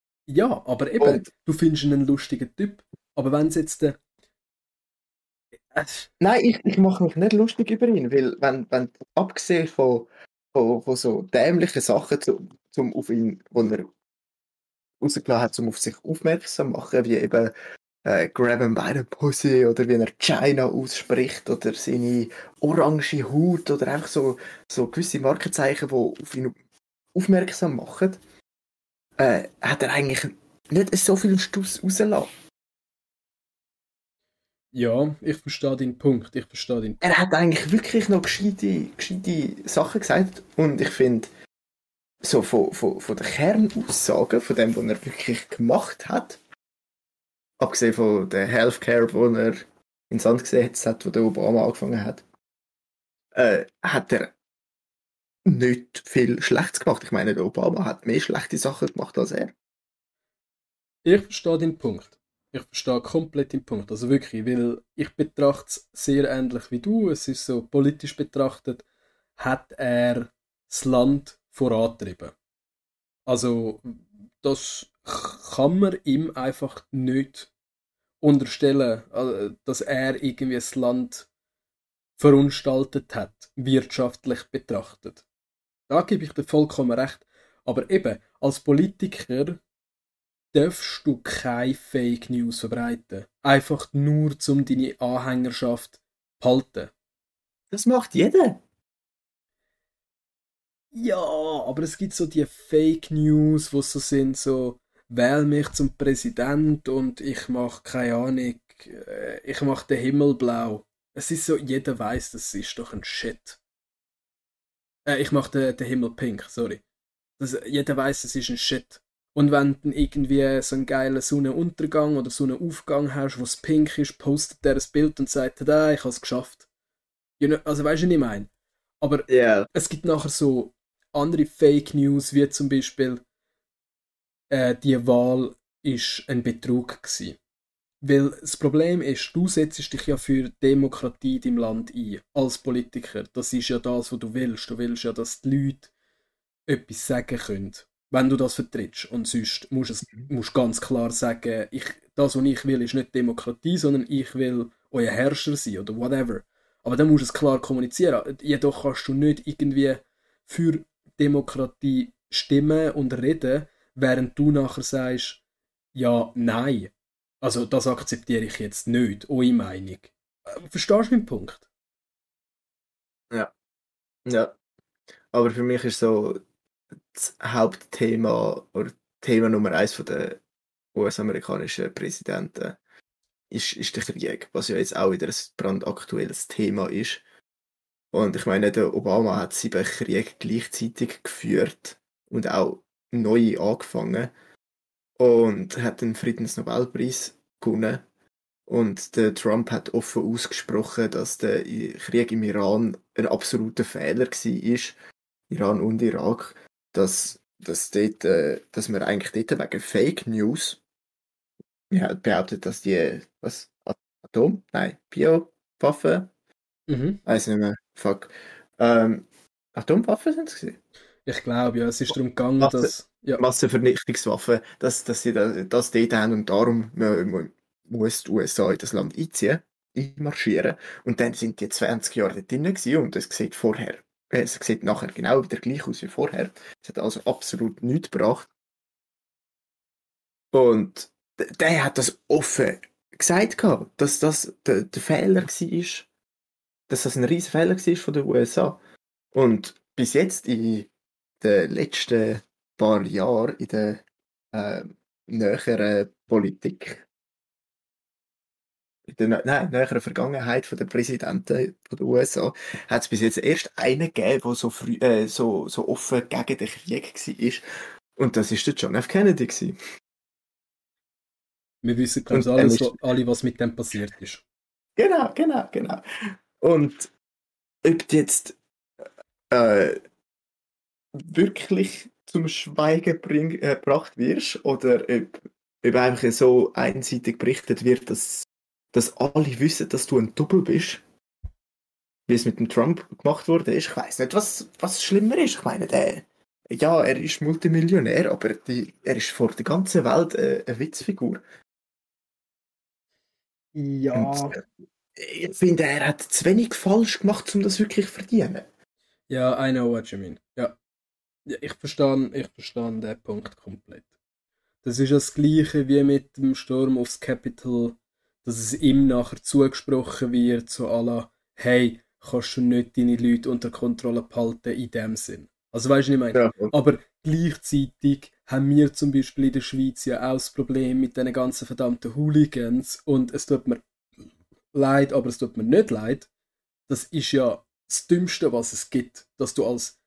Ja, aber eben, Und du findest ihn einen lustigen Typ. Aber wenn es jetzt der, Es- Nein, ich, ich mache mich nicht lustig über ihn, weil wenn, wenn abgesehen von, von, von so dämlichen Sachen, zum, zum auf ihn, wo er rausgelassen hat, um auf sich aufmerksam zu machen, wie eben äh, Grab him by the Pussy oder wie er China ausspricht oder seine orange Haut oder einfach so, so gewisse Markenzeichen, die auf ihn aufmerksam machen, äh, hat er eigentlich nicht so viel Stuss rausgelassen. Ja, ich verstehe deinen Punkt. Ich verstehe deinen Punkt. Er hat eigentlich wirklich noch gescheite, gescheite Sachen gesagt und ich finde, so von, von, von den Kernaussagen, von dem, was er wirklich gemacht hat, abgesehen von der Healthcare, wo er ins Sand gesetzt hat, wo der Obama angefangen hat, äh, hat er nicht viel Schlechtes gemacht. Ich meine, der Obama hat mehr schlechte Sachen gemacht als er. Ich verstehe deinen Punkt. Ich verstehe komplett den Punkt. Also wirklich, weil ich betrachte es sehr ähnlich wie du. Es ist so, politisch betrachtet, hat er das Land vorantrieben. Also, das kann man ihm einfach nicht unterstellen, äh, dass er irgendwie das Land verunstaltet hat, wirtschaftlich betrachtet. Da gebe ich dir vollkommen recht. Aber eben, als Politiker darfst du keine Fake News verbreiten. Einfach nur, um deine Anhängerschaft zu behalten. Das macht jeder. Ja, aber es gibt so die Fake News, wo so sind, so, wähl mich zum Präsident und ich mach keine Ahnung, äh, ich mach den Himmel blau. Es ist so, jeder weiß, das ist doch ein Shit. Äh, ich mach den, den Himmel pink, sorry. Das, jeder weiß, es ist ein Shit. Und wenn du dann irgendwie so einen geilen Sonnenuntergang oder Sonnenaufgang hast, wo es pink ist, postet der ein Bild und sagt, ah, ich habe es geschafft. You know, also weißt du, was ich meine? Aber Ja. Yeah. es gibt nachher so andere Fake News, wie zum Beispiel, äh, die Wahl ist ein Betrug gewesen. Weil das Problem ist, du setzt dich ja für Demokratie in deinem Land ein, als Politiker. Das ist ja das, was du willst. Du willst ja, dass die Leute etwas sagen können, wenn du das vertrittst. Und sonst musst du es, musst ganz klar sagen, ich, das, was ich will, ist nicht Demokratie, sondern ich will euer Herrscher sein oder whatever. Aber dann musst du es klar kommunizieren. Jedoch kannst du nicht irgendwie für Demokratie stimmen und reden, während du nachher sagst, ja, nein. Also das akzeptiere ich jetzt nicht, eure Meinung. Äh, Verstehst du meinen Punkt? Ja. Ja. Aber für mich ist so das Hauptthema oder Thema Nummer eins von der U S-amerikanischen Präsidenten ist, ist der Krieg, was ja jetzt auch wieder ein brandaktuelles Thema ist. Und ich meine, der Obama hat sieben Kriege gleichzeitig geführt und auch neue angefangen und hat den Friedensnobelpreis gewonnen. Und der Trump hat offen ausgesprochen, dass der Krieg im Iran ein absoluter Fehler war, Iran und Irak, dass, dass, dort, äh, dass man eigentlich dort wegen Fake News ja, behauptet, dass die was, Atom? Nein, Biowaffen? Mhm. Weiß nicht mehr. Fuck. Ähm, Atomwaffen sind es gewesen? Ich glaube, ja, es ist darum gegangen, Masse, dass... Ja. Massenvernichtungswaffen, dass, dass sie das, das dort haben und darum mu- mu- muss die U S A in das Land einziehen, einmarschieren. Und dann sind die zwanzig Jahre dort drin gewesen und es sieht vorher, äh, es sieht nachher genau wieder gleich aus wie vorher. Es hat also absolut nichts gebracht. Und d- der hat das offen gesagt gehabt, dass das der, der Fehler war, dass das ein riesen Fehler war von der U S A. Und bis jetzt in den letzten paar Jahren in der äh, näheren Politik, in der nä- nein, näheren Vergangenheit von der Präsidenten von der U S A, hat es bis jetzt erst einen gegeben, der so, früh, äh, so, so offen gegen den Krieg war. Und das ist der John F. Kennedy gewesen. Wir wissen, glaube ich, Und dann alles, ist, alle, was mit dem passiert ist. genau, genau, genau. Und ob du jetzt äh, wirklich zum Schweigen bring, äh, gebracht wirst oder ob, ob einfach so einseitig berichtet wird, dass, dass alle wissen, dass du ein Double bist, wie es mit dem Trump gemacht wurde, ist. Ich weiß nicht, was, was schlimmer ist. Ich meine, der, ja, er ist Multimillionär, aber die, er ist vor der ganzen Welt äh, eine Witzfigur. Und Ja, äh, ich finde, er hat zu wenig falsch gemacht, um das wirklich zu verdienen. Ja, I know what you mean. Ja, ja ich verstehe ich verstehe den Punkt komplett. Das ist das Gleiche wie mit dem Sturm aufs Capitol, dass es ihm nachher zugesprochen wird, so à la, hey, kannst du nicht deine Leute unter Kontrolle behalten in dem Sinn. Also weißt du, was ich meine? Ja, voll. Aber gleichzeitig haben wir zum Beispiel in der Schweiz ja auch das Problem mit diesen ganzen verdammten Hooligans und es tut mir leid, aber es tut mir nicht leid. Das ist ja das Dümmste, was es gibt, dass du als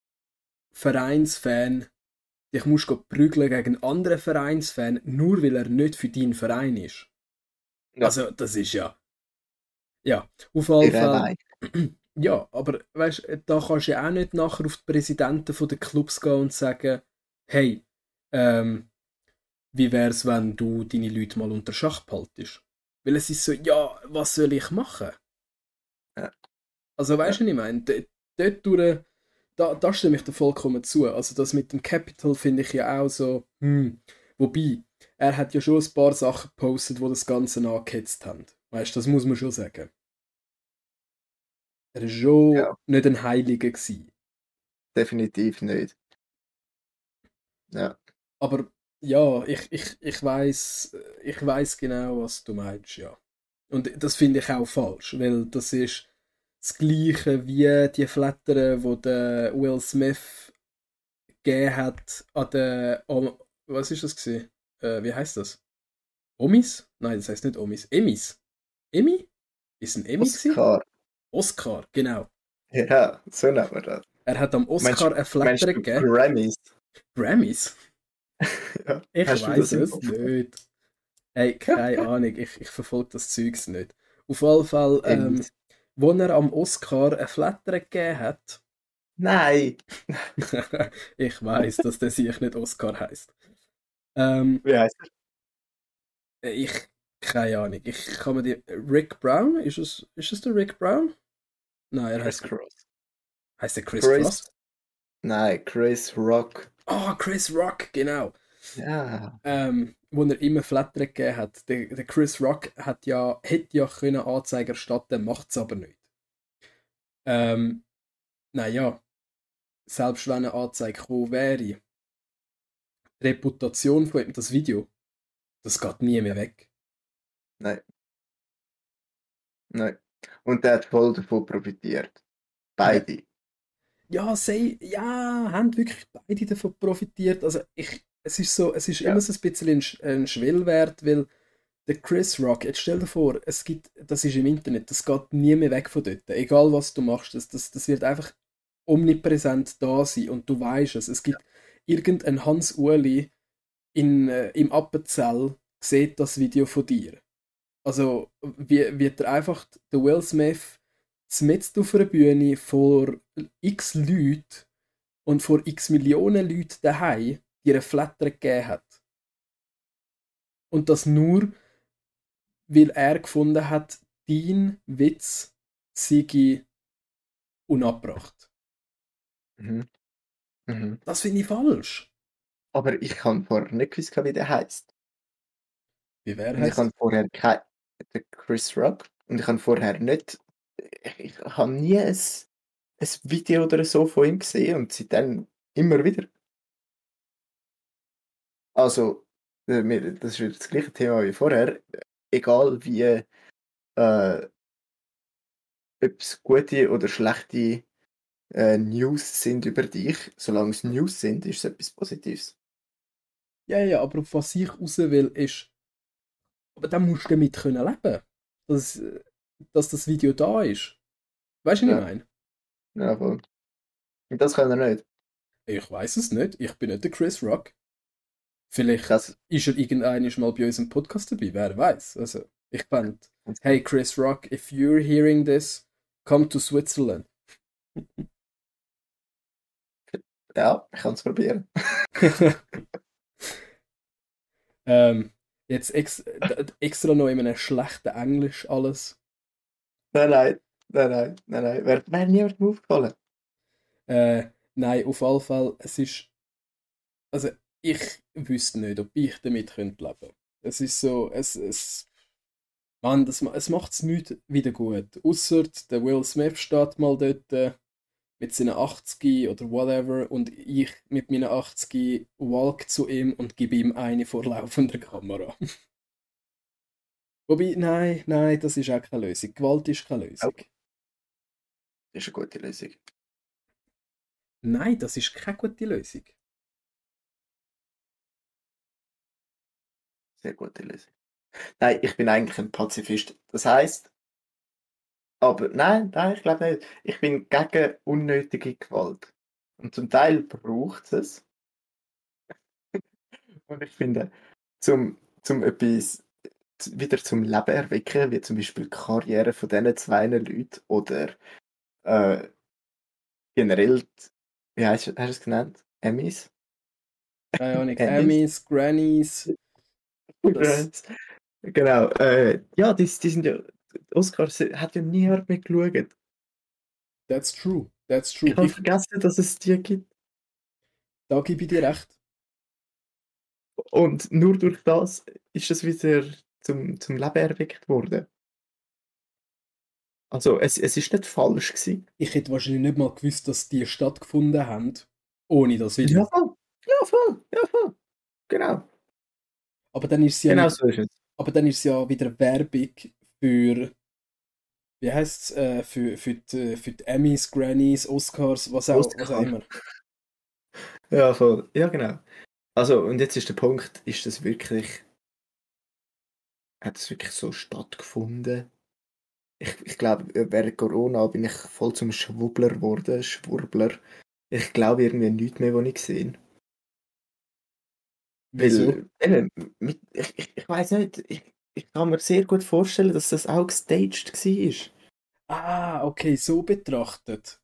Vereinsfan dich musst go prügeln gegen einen anderen Vereinsfan, nur weil er nicht für deinen Verein ist. Ja. Also, das ist ja... Ja, auf jeden Irre Fall... allein. Ja, aber weißt du, da kannst du ja auch nicht nachher auf die Präsidenten der Clubs gehen und sagen, hey, ähm, wie wär's, wenn du deine Leute mal unter Schach behaltest? Weil es ist so, ja, was soll ich machen? Ja. Also weißt du, was ich meine? D- Dort durch, da, da stimme ich dir vollkommen zu. Also das mit dem Capital finde ich ja auch so, hm. Wobei, er hat ja schon ein paar Sachen gepostet, die das Ganze angehetzt haben. Weißt du, das muss man schon sagen. Er war schon Ja. nicht ein Heiliger gewesen. Definitiv nicht. Ja. Aber ja, ich, ich, ich weiß ich weiß genau, was du meinst, ja. Und das finde ich auch falsch, weil das ist das Gleiche wie die Flattern, wo der Will Smith gegeben hat an der, oh, was ist das gewesen? Äh, wie heißt das? Omis? Nein, das heißt nicht Omis. Emis. Emmy? Ist ein Emmy gewesen? Oscar. Oscar, genau. Ja, so nennen wir das. Er hat am Meinst, Oscar eine meinst Flatter du gegeben. Grammys? Grammys? Ja. Ich Hast du weiß das im es Kopf? nicht. Hey, keine Ahnung, ich, ich verfolge das Zeugs nicht. Auf jeden Fall, ähm, Emmys. wo er am Oscar eine Flatter gegeben hat, Nein! ich weiß, dass der sich nicht Oscar heißt. Ähm, Wie heißt er? ich, keine Ahnung, ich kann mir die, Rick Brown, ist es, ist es der Rick Brown? Nein, er Chris heißt, Cross. heißt der Chris, Chris. Frost? Nein, Chris Rock. Ah, Chris Rock, genau. Ja. Ähm, wo er immer Flatter gegeben hat. Der, der Chris Rock hat ja, hätte ja können Anzeige erstatten, macht es aber nicht. Ähm, naja, selbst wenn eine Anzeige gekommen wäre, die Reputation von ihm, das Video, das geht nie mehr weg. Nein. Nein. Und der hat voll davon profitiert. Beide. Ja, sei, ja, haben wirklich beide davon profitiert. Also ich, es ist so, es ist Ja. immer so ein bisschen ein, Sch- ein Schwellwert, weil der Chris Rock, jetzt stell dir vor, es gibt, das ist im Internet, das geht nie mehr weg von dort. Egal was du machst, das, das, das wird einfach omnipräsent da sein und du weißt es. Es gibt irgendein Hans Uli in, äh, im Appenzell, sieht das Video von dir. Also wie, wird er einfach der Will Smith mitten auf einer Bühne vor x Leuten und vor x Millionen Leuten daheim dir eine Flatter gegeben hat. Und das nur, weil er gefunden hat, dein Witz sei unabbracht. Mhm. Mhm. Das finde ich falsch. Aber ich habe vorher nicht gewusst, wie der heißt. Wie wer Und ich heißt? habe vorher kein. Der Chris Rock. Und ich habe vorher nicht. Ich, ich habe nie ein, ein Video oder so von ihm gesehen und seitdem immer wieder. Also, äh, mir- das ist wieder das gleiche Thema wie vorher. Egal wie äh, ob es gute oder schlechte äh, News sind über dich, solange es News sind, ist es etwas Positives. Ja, ja, aber auf was ich raus will, ist, aber dann musst du damit können leben, dass, äh, dass das Video da ist. Weißt du, was ich Ja, meine? ja, voll. Und das kann er nicht. Ich weiß es nicht. Ich bin nicht der Chris Rock. Vielleicht Das, ist er irgendeiner mal bei uns im Podcast dabei, wer weiß. Also, ich fände, hey Chris Rock, if you're hearing this, come to Switzerland. ja, ich kann es probieren. ähm, jetzt ex d- extra noch in einem schlechten Englisch alles. Nein, nein, nein, nein, nein, nein. Wäre wär niemandem aufgefallen. Äh, nein, auf jeden Fall, es ist, also ich wüsste nicht, ob ich damit könnte leben. Es ist so, es, es, Mann, das, ma- es macht es nicht wieder gut. Ausser der Will Smith steht mal dort äh, mit seinen achtzig oder whatever und ich mit meinen achtzig walk zu ihm und gebe ihm eine vor laufender Kamera. Wobei, nein, nein, das ist auch keine Lösung. Gewalt ist keine Oh, Lösung. das ist eine gute Lösung. Nein, das ist keine gute Lösung. Sehr gute Lösung. Nein, ich bin eigentlich ein Pazifist. Das heisst, aber nein, nein, ich glaube nicht. Ich bin gegen unnötige Gewalt. Und zum Teil braucht es. Und ich finde, zum, zum etwas z- wieder zum Leben erwecken, wie zum Beispiel die Karriere von diesen zwei Leuten oder äh, generell, die, wie hast, hast du es genannt? Emmys? Keine Ahnung, Emmys? Emmys, Grannies, das, Genau, äh, ja, die, die sind ja, die Oscars hat ja niemand mehr geschaut. that's true, that's Ich true. habe Ich, vergessen, dass es die gibt. da gebe ich dir recht. Und nur durch das ist es wieder zum, zum Leben erweckt worden. Also es, es ist nicht falsch gewesen. Ich hätte wahrscheinlich nicht mal gewusst, dass die stattgefunden haben, ohne das Ja, Video. voll. Ja, voll. Ja, voll. Genau. Aber dann ist es ja Genau nicht, so ist es. aber dann ist es ja wieder Werbung für, wie heißt es, äh, für, für, die, für die Emmys, Grannies, Oscars, was auch, was auch Oscar. immer. Ja, voll. Ja, genau. Also, und jetzt ist der Punkt, ist das wirklich, hat es wirklich so stattgefunden? Ich, ich glaube, während Corona bin ich voll zum Schwubbler geworden, Schwurbler. Ich glaube irgendwie nichts mehr, was ich sehe. Wieso? Weil, eben, mit, ich, ich, ich weiß nicht, ich, ich kann mir sehr gut vorstellen, dass das auch gestaged war. Ah, okay, so betrachtet.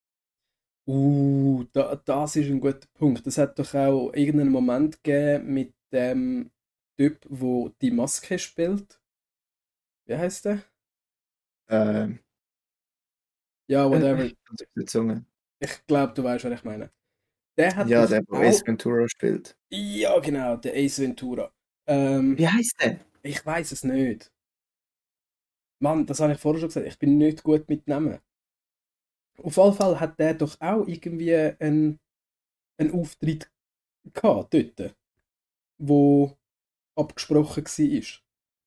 Uh, da, das ist ein guter Punkt. Es hat doch auch irgendeinen Moment gegeben mit dem Typ, wo die Maske spielt. Wie heißt der? Ähm, Ja, äh, whatever. ich kann's auf der Zunge. Ich glaube, du weißt, was ich meine. Der hat Ja, doch der, der Ace auch. Ventura spielt. Ja, genau, der Ace Ventura. Ähm, Wie heißt der? ich weiß es nicht. Mann, das habe ich vorher schon gesagt. Ich bin nicht gut mit Namen. Auf jeden Fall hat der doch auch irgendwie einen, einen Auftritt gehabt dort, wo abgesprochen war.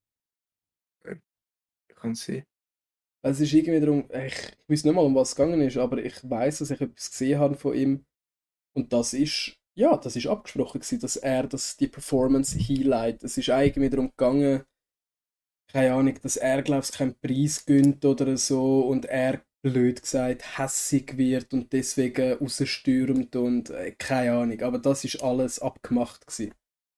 Kann sie. Es ist irgendwie darum, ich, ich weiß nicht mal, um was es gegangen ist, aber ich weiß, dass ich etwas gesehen habe von ihm. Und das ist, ja, das ist abgesprochen gewesen, dass er das, die Performance highlight. Es ist irgendwie darum gegangen, keine Ahnung, dass er, glaube ich, keinen Preis gönnt oder so und er, blöd gesagt, hässig wird und deswegen rausstürmt und äh, keine Ahnung. Aber das ist alles abgemacht gewesen.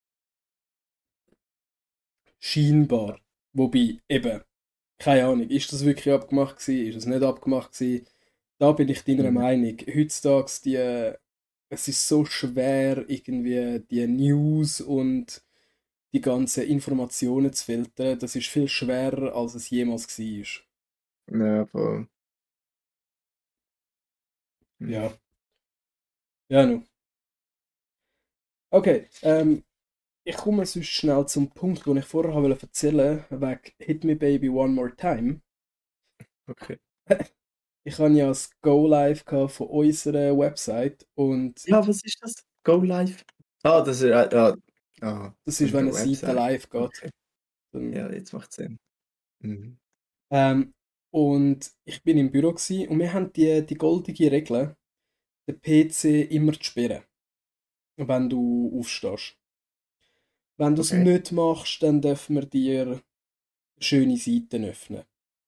Scheinbar. Wobei, eben, keine Ahnung, ist das wirklich abgemacht gewesen, ist es nicht abgemacht gewesen? Da bin ich deiner Mhm. Meinung. Heutzutage, die, äh, es ist so schwer, irgendwie die News und die ganzen Informationen zu filtern. Das ist viel schwerer, als es jemals war. Ja, voll. Mhm. Ja, ja, nu. Okay, ähm, ich komme sonst schnell zum Punkt, den ich vorher wollte erzählen wollte, wegen Hit Me Baby One More Time. Okay. Ich hatte ja das Go-Live gehabt von unserer Website und Ja, was ist das? Go Live? Ah, das ist, äh, ah, ah, das ist, von wenn der eine Seite Website. live geht. Okay. Dann, Ja, jetzt macht Sinn. Mhm. ähm, und ich bin im Büro gewesen, und wir haben die, die goldige Regel, den P C immer zu sperren, wenn du aufstehst. Wenn du es Okay. nicht machst, dann dürfen wir dir schöne Seiten öffnen.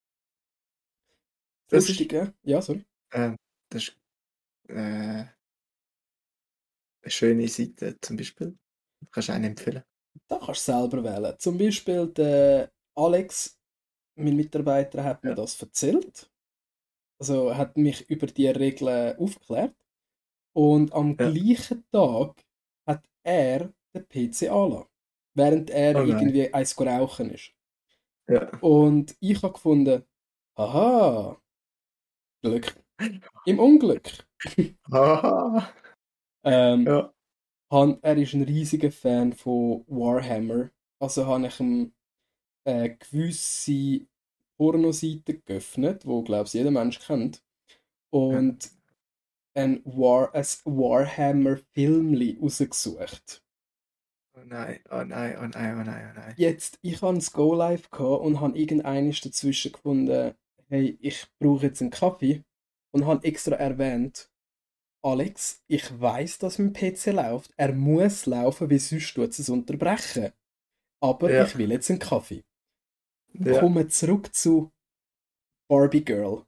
Das Das ist, Lustige, ja, sorry. äh, das ist äh, eine schöne Seite zum Beispiel. Kannst du einen empfehlen? Da kannst du selber wählen. Zum Beispiel der Alex, mein Mitarbeiter, hat mir Ja. das erzählt. Also hat mich über die Regeln aufgeklärt. Und am Ja. gleichen Tag hat er den P C angelassen, während er Oh nein. irgendwie eins rauchen ist. Ja. Und ich habe gefunden, aha, Glück im Unglück. Haha. ähm, Ja. han, er ist ein riesiger Fan von Warhammer. Also habe ich ihm eine gewisse Pornoseite geöffnet, wo, glaube ich, jeder Mensch kennt. Und ein, War, ein Warhammer-Filmli rausgesucht. Oh nein, oh nein, oh nein, oh nein, oh nein. Jetzt, ich hatte das Go Live gehabt und habe irgendeines dazwischen gefunden, hey, ich brauche jetzt einen Kaffee und habe extra erwähnt, Alex, ich weiß, dass mein P C läuft. Er muss laufen, weil sonst tut es unterbrechen. Aber Ja. ich will jetzt einen Kaffee. Ja. Komme zurück zu Barbie Girl.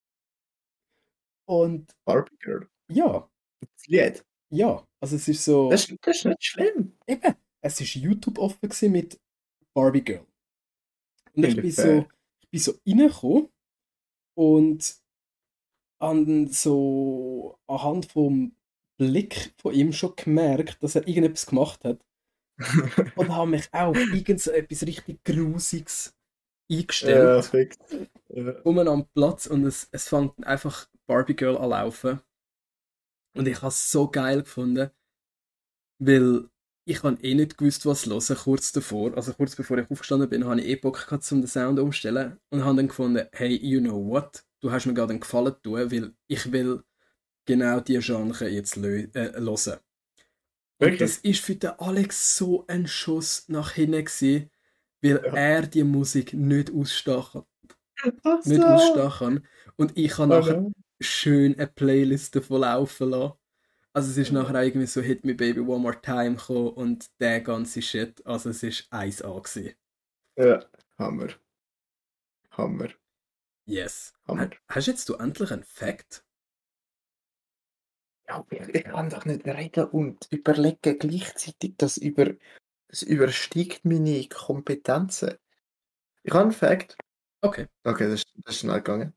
Und Barbie Girl. ja, Das Lied. ja, also es ist so, Das, ist- das ist nicht schlimm. eben, es ist YouTube offen gewesen mit Barbie Girl. Und ich Finde bin ich so, fair. ich bin so reingekommen und an so anhand vom Blick von ihm schon gemerkt, dass er irgendetwas gemacht hat. Und habe mich auch auf irgend so etwas richtig Grusiges eingestellt. Ja, fix. Ja. Um am Platz und es, es fängt einfach Barbie Girl an laufen. Und ich habe es so geil gefunden, weil ich habe eh nicht gewusst, was hören, kurz davor. Also kurz bevor ich aufgestanden bin, habe ich eh Bock gehabt, um den Sound umzustellen. Und habe dann gefunden, hey, you know what? Du hast mir gerade einen Gefallen getan, weil ich will genau diese Genre jetzt lö- äh, hören. Und Wirklich? das ist für den Alex so ein Schuss nach hinten gewesen, weil Ja. er die Musik nicht ausstachen, Ach nicht so. ausstachen. Und ich habe Oh nachher nein. schön eine Playlist davon laufen lassen. Also es ist Ja. nachher auch irgendwie so Hit Me Baby One More Time gekommen und der ganze Shit. Also es ist eins A gewesen. Ja, Hammer. Hammer. Yes. Hammer. Ha- Hast jetzt du endlich einen Fact? Ja, aber ich, ich kann doch nicht reden und überlegen gleichzeitig, das, über, das übersteigt meine Kompetenzen. Ich habe einen Fact. Okay. Okay, das, ist- das ist schnell gegangen.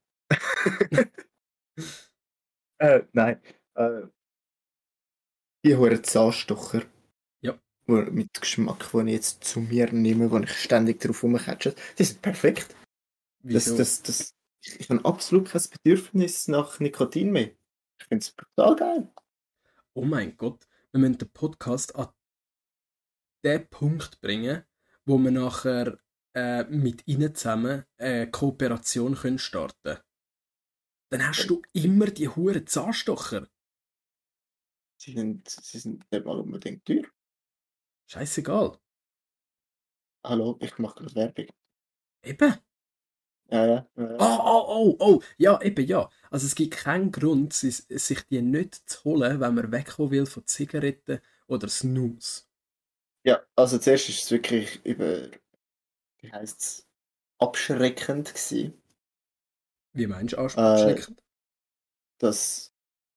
äh, nein. Äh, ich habe einen Zahnstocher. Ja. Wo, mit Geschmack, den ich jetzt zu mir nehme, wo ich ständig drauf rumkatschen. Die sind perfekt. Das, Wieso? das, das, ich, ich habe absolut kein Bedürfnis nach Nikotin mehr. Ich finde es brutal geil. Oh mein Gott. Wir müssen den Podcast an den Punkt bringen, wo wir nachher äh, mit ihnen zusammen eine Kooperation können starten. Dann hast du immer die huren Zahnstocher. Sie sind, sie sind nicht mal unbedingt teuer. Scheißegal. Hallo, ich mache gerade Werbung. Eben. Ja, ja. ja. Oh, oh, oh, oh. Ja, eben ja. Also es gibt keinen Grund, si- sich die nicht zu holen, wenn man wegkommen will von Zigaretten oder Snus. Ja, also zuerst ist es wirklich über, wie heisst es, abschreckend gewesen, Wie meinst du äh, abschreckend? dass,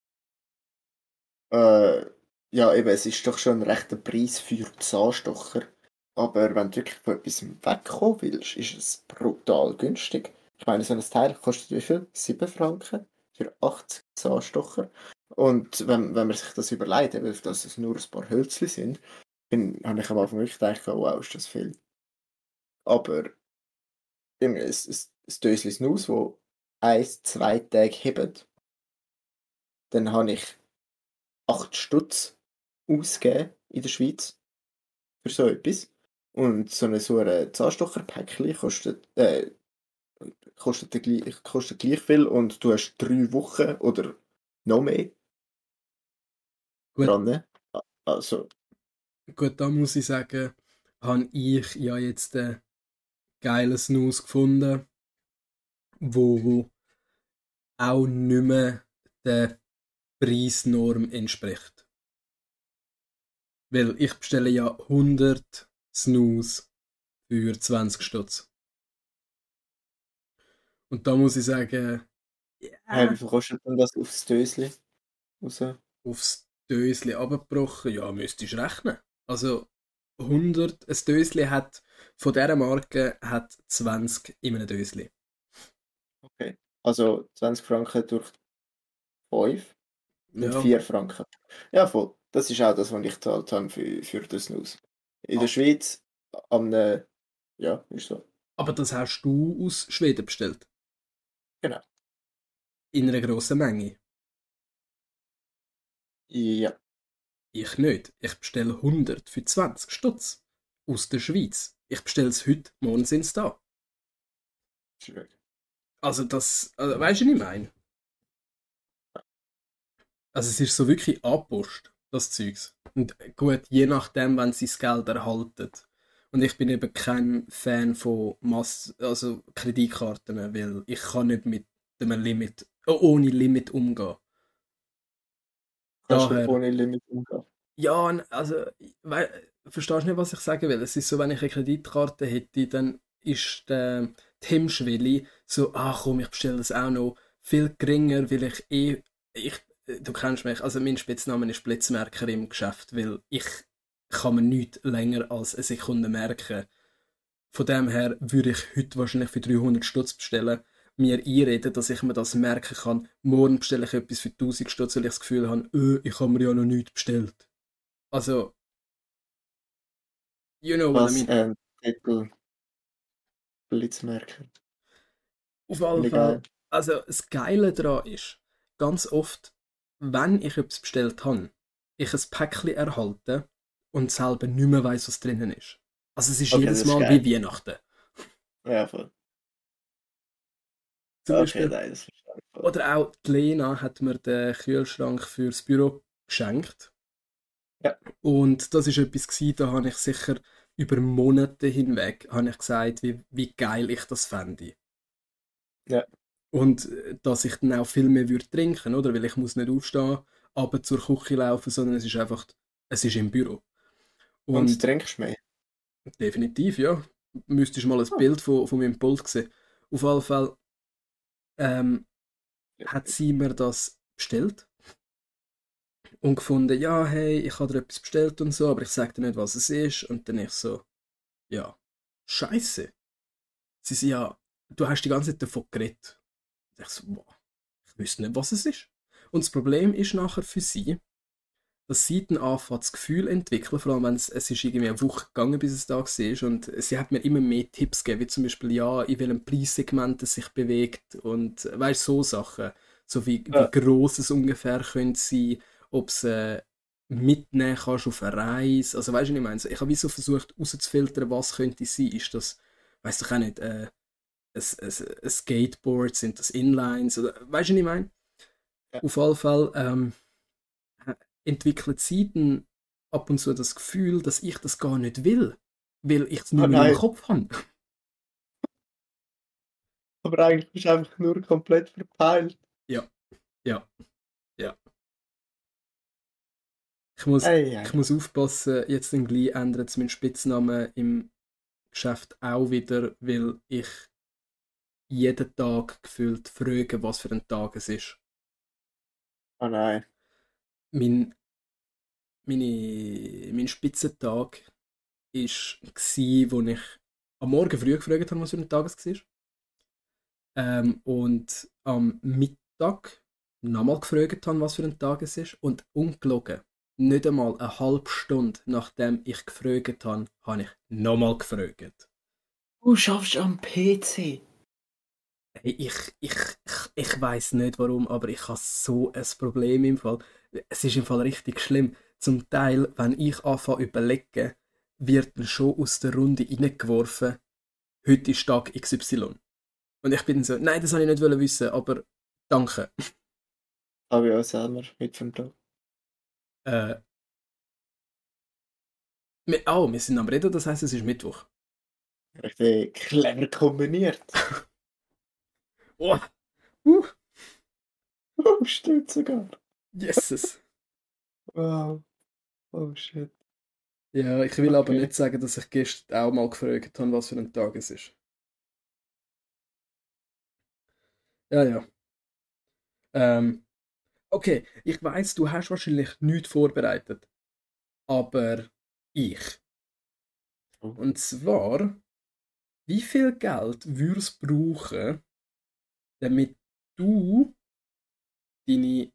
äh, ja eben, es ist doch schon ein rechter Preis für Zahnstocher. Aber wenn du wirklich von etwas wegkommen willst, ist es brutal günstig. Ich meine, so ein Teil kostet wie viel? sieben Franken für achtzig Zahnstocher. Und wenn, wenn man sich das überlegt, eben, dass es nur ein paar Hölzchen sind, dann habe ich am Anfang wirklich gedacht, oh, wow, ist das viel. Aber irgendwie ein, ein, ein Döschen Snus, das eins, zwei Tage hebt, dann habe ich acht Stutz ausgegeben in der Schweiz für so etwas. Und so ein so ein Zahnstocherpäckchen kostet, äh, kostet, der gleich, kostet gleich viel und du hast drei Wochen oder noch mehr Gut, dran. Ne? A- Also, gut, da muss ich sagen, habe ich ja jetzt einen geilen Snus gefunden, wo auch nicht mehr der Preisnorm entspricht. Weil ich bestelle ja hundert Snus für zwanzig Stutz. Und da muss ich sagen, hey, ja, wie viel kostet denn das aufs Döschen raus? aufs Dösli abgebrochen, ja, müsstest du rechnen. Also hundert, ein Dösli hat, von dieser Marke hat zwanzig in einem Dösli. Okay. Also zwanzig Franken durch fünf sind Ja, vier Franken. Ja, voll. Das ist auch das, was ich gezahlt habe für, für den Snus. In der Ah. Schweiz, am, äh, ja, ist so. aber das hast du aus Schweden bestellt. Genau. In einer grossen Menge. Ja. Ich nicht. Ich bestelle hundert für zwanzig Stutz. Aus der Schweiz. Ich bestelle es heute, morgen sind es da. Schwierig. Also das, also, weißt du, was ich meine? Also es ist so wirklich Abpost, das Zeugs. Und gut, je nachdem, wenn sie das Geld erhalten. Und ich bin eben kein Fan von Mass also Kreditkarten, weil ich kann nicht mit einem Limit, oh, ohne Limit umgehen. Kannst du Daher, ohne Limit umgehen? ja, n- also, wei- verstehst du nicht, was ich sagen will? Es ist so, wenn ich eine Kreditkarte hätte, dann ist äh, die Hemmschwelle so, ach komm, ich bestelle das auch noch, viel geringer, weil ich eh, ich, äh, du kennst mich, also mein Spitzname ist Blitzmerker im Geschäft, weil ich kann mir nichts länger als eine Sekunde merken. Von dem her würde ich heute wahrscheinlich für dreihundert Stutz bestellen, mir einreden, dass ich mir das merken kann. Morgen bestelle ich etwas für tausend Stutz, weil ich das Gefühl habe, öh, ich habe mir ja noch nichts bestellt. Also, you know what I Was, mean. ähm, Titel Blitzmerker. Auf jeden Finde ich Fall, geil. also das Geile daran ist, ganz oft, wenn ich etwas bestellt habe, ich ein Päckchen erhalte und selber nicht mehr weiss, was drinnen ist. Also es ist Okay, jedes das ist Mal geil. wie Weihnachten. Ja, voll. Zum Okay, Beispiel, nein, das verstehe ich voll. oder auch die Lena hat mir den Kühlschrank fürs Büro geschenkt. Ja, Und das ist etwas gewesen, da habe ich sicher über Monate hinweg habe ich gesagt, wie, wie geil ich das fände. ja. Und äh, dass ich dann auch viel mehr würde trinken, oder? Weil ich muss nicht aufstehen, aber zur Küche laufen, sondern es ist einfach, es ist im Büro. Und Und trinkst du mehr? definitiv, ja, müsstest du mal ein Ah, Bild von, von meinem Pult sehen. Auf jeden Fall ähm, ja. hat sie mir das bestellt und gefunden, ja, hey, ich habe dir etwas bestellt und so, aber ich sage dir nicht, was es ist. Und dann ich so, ja, scheiße. Sie so, ja, du hast die ganze Zeit davon geredet. Und ich so, boah, ich wüsste nicht, was es ist. Und das Problem ist nachher für sie, dass sie dann anfängt, das Gefühl entwickeln, vor allem wenn es, es ist irgendwie eine Woche gegangen, bis es da war, und sie hat mir immer mehr Tipps gegeben, wie zum Beispiel, ja, in welchem Preissegment es sich bewegt und äh, weißt so Sachen, so wie, wie Ja, gross es ungefähr könnte sein, ob es äh, mitnehmen kannst auf eine Reise, also weißt du, was ich meine? So, ich habe wie so versucht herauszufiltern, was könnte es sein, ist das, weißt du auch nicht, äh, ein, ein, ein Skateboard, sind das Inlines, oder weißt du, was ich meine? ja. Auf jeden Fall, ähm, entwickelt sie dann ab und zu das Gefühl, dass ich das gar nicht will, weil ich es Oh nicht mehr im nein, Kopf habe. aber eigentlich bist du einfach nur komplett verpeilt. Ja, ja, ja. Ich muss, Ei, ich ei. muss aufpassen, jetzt dann gleich ändert es meinen Spitznamen im Geschäft auch wieder, weil ich jeden Tag gefühlt frage, was für ein Tag es ist. Oh nein. Mein, meine, mein Spitzentag war, wo ich am Morgen früh gefragt habe, was für ein Tag es war. Ähm, und am Mittag nochmal gefragt habe, was für ein Tag es ist. Und ungelogen, nicht einmal eine halbe Stunde nachdem ich gefragt habe, habe ich nochmal gefragt. Du schaffst am P C. Hey, ich, ich, ich, ich weiß nicht warum, aber ich habe so ein Problem im Fall. Es ist im Fall richtig schlimm. Zum Teil, wenn ich anfange zu überlegen, wird dann schon aus der Runde reingeworfen, heute ist Tag X Y. Und ich bin so, nein, das wollte ich nicht wissen, aber danke. Habe ich auch selber mit vom Tag. Äh, wir, oh, wir sind am Reden, das heisst, es ist Mittwoch. Richtig clever kombiniert. Oh, uh, Oh, stimmt sogar. Jesus. Wow. Oh shit. Ja, ich will aber Okay. nicht sagen, dass ich gestern auch mal gefragt habe, was für ein Tag es ist. Ja, ja. Ähm, okay, ich weiß, du hast wahrscheinlich nichts vorbereitet, aber ich. Oh. Und zwar, wie viel Geld würdest du brauchen, damit du deine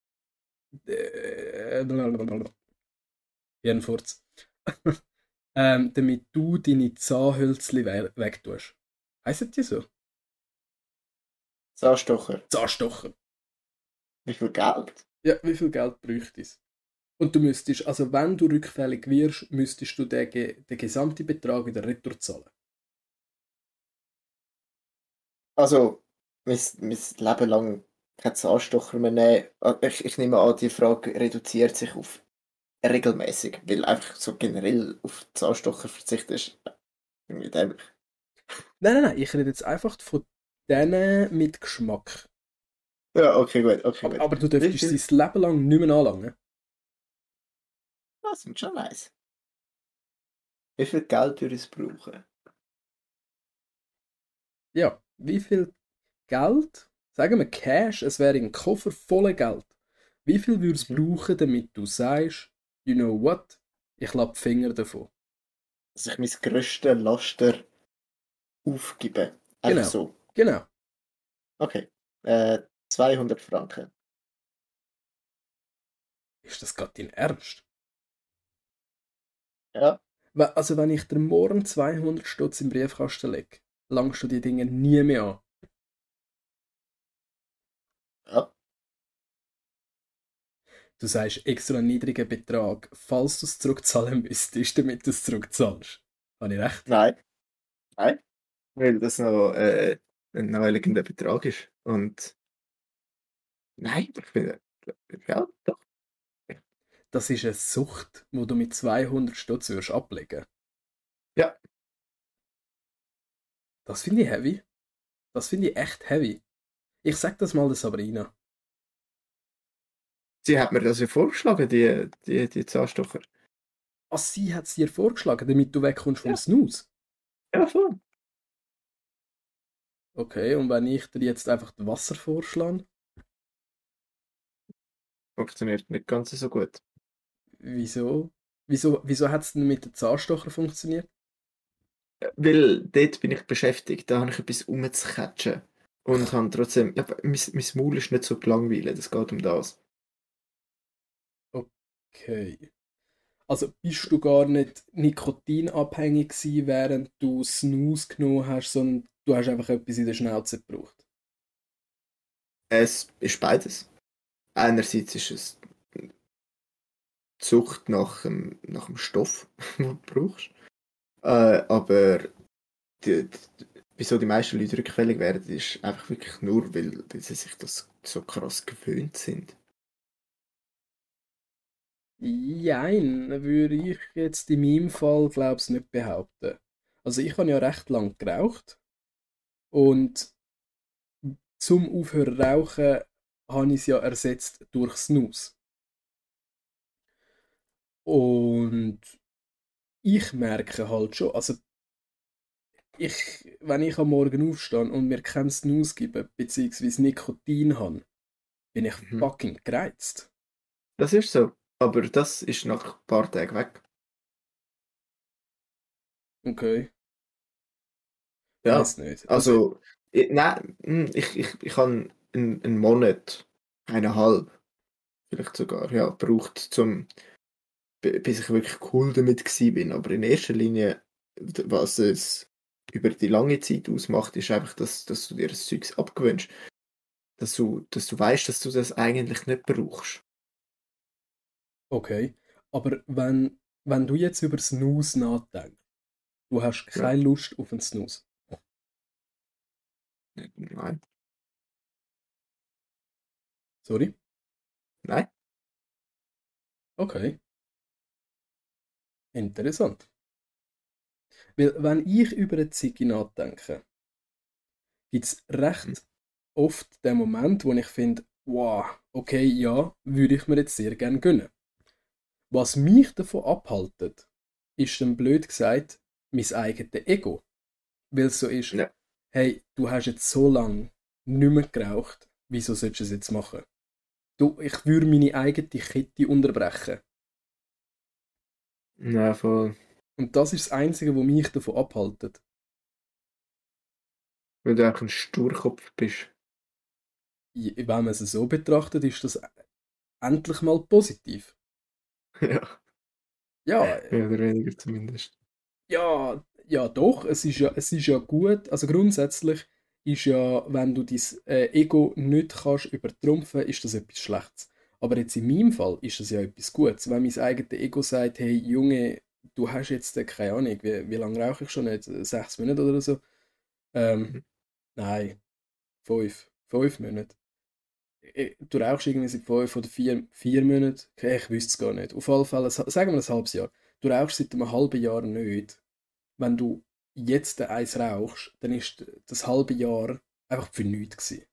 äh, Hirnfurz. ähm, damit du deine Zahnhölzli we wegtust. Heissen die so? Zahnstocher. Zahnstocher. Wie viel Geld? Ja, wie viel Geld bräuchte es? Und du müsstest, also wenn du rückfällig wirst, müsstest du den, ge- den gesamten Betrag wieder retour zahlen. Also, mein, mein Leben lang keinen Zahnstocher mehr nehmen. Ah, Ich, ich nehme an, die Frage reduziert sich auf regelmäßig, weil einfach so generell auf Zahnstocher verzichten ist irgendwie dämlich. Nein, nein, nein, ich rede jetzt einfach von denen mit Geschmack. Ja, okay, gut, okay, Aber, gut. aber du Wie dürftest viel? sein Leben lang nicht mehr anlangen. Das sind schon nice. Wie viel Geld würde es brauchen? Ja, wie viel Geld, sagen wir Cash, es wäre ein Koffer voller Geld. Wie viel würde es Mhm. brauchen, damit du sagst, you know what, ich lasse die Finger davon. Dass ich mein grösstes Laster aufgebe. Einfach Genau, so. genau. Okay. Äh, zweihundert Franken. Ist das gerade dein Ernst? Ja. We- Also wenn ich dir morgen zweihundert Stutz im Briefkasten lege, langst du die Dinge nie mehr an. Ja. Du sagst extra einen niedrigen Betrag, falls du es zurückzahlen müsstest, damit du es zurückzahlst. Habe ich recht? Nein. Nein. Weil das noch äh, ein naheliegender Betrag ist. Und nein, ich finde, ja, doch. Das ist eine Sucht, wo du mit zweihundert Stutz würdest ablegen. Ja. Das finde ich heavy. Das finde ich echt heavy. Ich sag das mal der Sabrina. Sie hat mir das ja vorgeschlagen, die, die, die Zahnstocher. Ah, sie hat es dir vorgeschlagen, damit du wegkommst vom Ja. Snooze. Ja, voll. Okay, und wenn ich dir jetzt einfach das Wasser vorschlage, Funktioniert nicht ganz so gut. wieso? Wieso, wieso hat es denn mit den Zahnstocher funktioniert? Weil dort bin ich beschäftigt, da habe ich etwas umzucatchen. Und habe trotzdem, ja, mein, mein Maul ist nicht so gelangweilt, es geht um das. Okay. Also bist du gar nicht nikotinabhängig gewesen, während du Snooze genommen hast, sondern du hast einfach etwas in der Schnauze gebraucht. Es ist beides. Einerseits ist es die Sucht nach dem, nach dem Stoff, den du brauchst. Äh, aber die, die, wieso die meisten Leute rückfällig werden, ist einfach wirklich nur, weil, weil sie sich das so krass gewöhnt sind. Jein, würde ich jetzt in meinem Fall, glaube ich, nicht behaupten. Also ich habe ja recht lang geraucht und zum Aufhören rauchen habe ich es ja ersetzt durch Snooze. Und ich merke halt schon, also ich, wenn ich am Morgen aufstehe und mir keinen Snooze gebe, beziehungsweise Nikotin habe, bin ich Mhm. fucking gereizt. Das ist so. Aber das ist nach ein paar Tagen weg. Okay, Ja. weiß nicht. Also, Also, ich, nein, hm, ich, ich, ich habe einen, einen Monat, eineinhalb, vielleicht sogar, ja, gebraucht, zum, bi- bis ich wirklich cool damit gsi bin. Aber in erster Linie, d- was es über die lange Zeit ausmacht, ist einfach, dass, dass du dir das Zeugs abgewöhnst. Dass du, dass du weißt, dass du das eigentlich nicht brauchst. okay. Aber wenn, wenn du jetzt über Snooze nachdenkst, du hast Ja. keine Lust auf einen Snooze. Nein. Sorry? Nein. Okay, interessant. Weil wenn ich über eine Ziggy nachdenke, gibt es recht oft den Moment, wo ich finde, wow, okay, ja, würde ich mir jetzt sehr gerne gönnen. Was mich davon abhaltet, ist dann blöd gesagt, mein eigenes Ego. Weil es so ist, Ja. hey, du hast jetzt so lange nicht mehr geraucht, wieso solltest du es jetzt machen? Du, ich würde meine eigene Kette unterbrechen. Ja, voll. Und das ist das Einzige, was mich davon abhaltet. Weil du einfach ein Sturkopf bist. Je- Wenn man es so betrachtet, ist das endlich mal positiv. Ja. Ja, Mehr oder weniger zumindest. ja, ja doch, es ist ja, es ist ja gut. Also grundsätzlich ist ja, wenn du dein äh, Ego nicht kannst übertrumpfen, ist das etwas Schlechtes. Aber jetzt in meinem Fall ist das ja etwas Gutes. Wenn mein eigenes Ego sagt, hey Junge, du hast jetzt, äh, keine Ahnung, wie, wie lange rauche ich schon nicht? Sechs Monate oder so? Ähm, Mhm. nein, fünf. Fünf Monate. Äh, Du rauchst irgendwie seit fünf oder vier, vier Monaten? Okay, ich wüsste es gar nicht. Auf alle Fälle, sa- sagen wir ein halbes Jahr. Du rauchst seit einem halben Jahr nicht. Wenn du jetzt eins rauchst, dann ist das halbe Jahr einfach für nichts gewesen.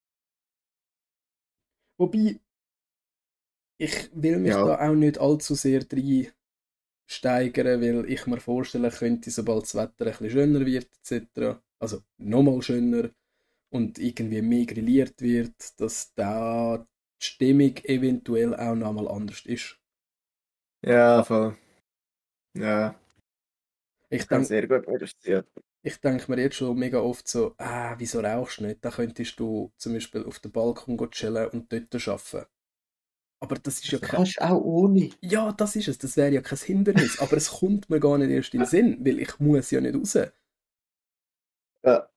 Wobei, ich will mich Ja, da auch nicht allzu sehr steigern, weil ich mir vorstellen könnte, sobald das Wetter ein bisschen schöner wird, et cetera, also nochmal schöner und irgendwie mehr grilliert wird, dass da die Stimmung eventuell auch nochmal anders ist. ja, voll. Ja, Ich kann denke sehr gut reduzieren. ich denk mir jetzt schon mega oft so, ah, wieso rauchst du nicht? Da könntest du zum Beispiel auf dem Balkon go chillen und dort arbeiten. Aber das ist ja Also kein... kannst du auch ohne. Ja, das ist es. Das wäre ja kein Hindernis. Aber es kommt mir gar nicht erst in den Sinn, weil ich muss ja nicht raus. Ja,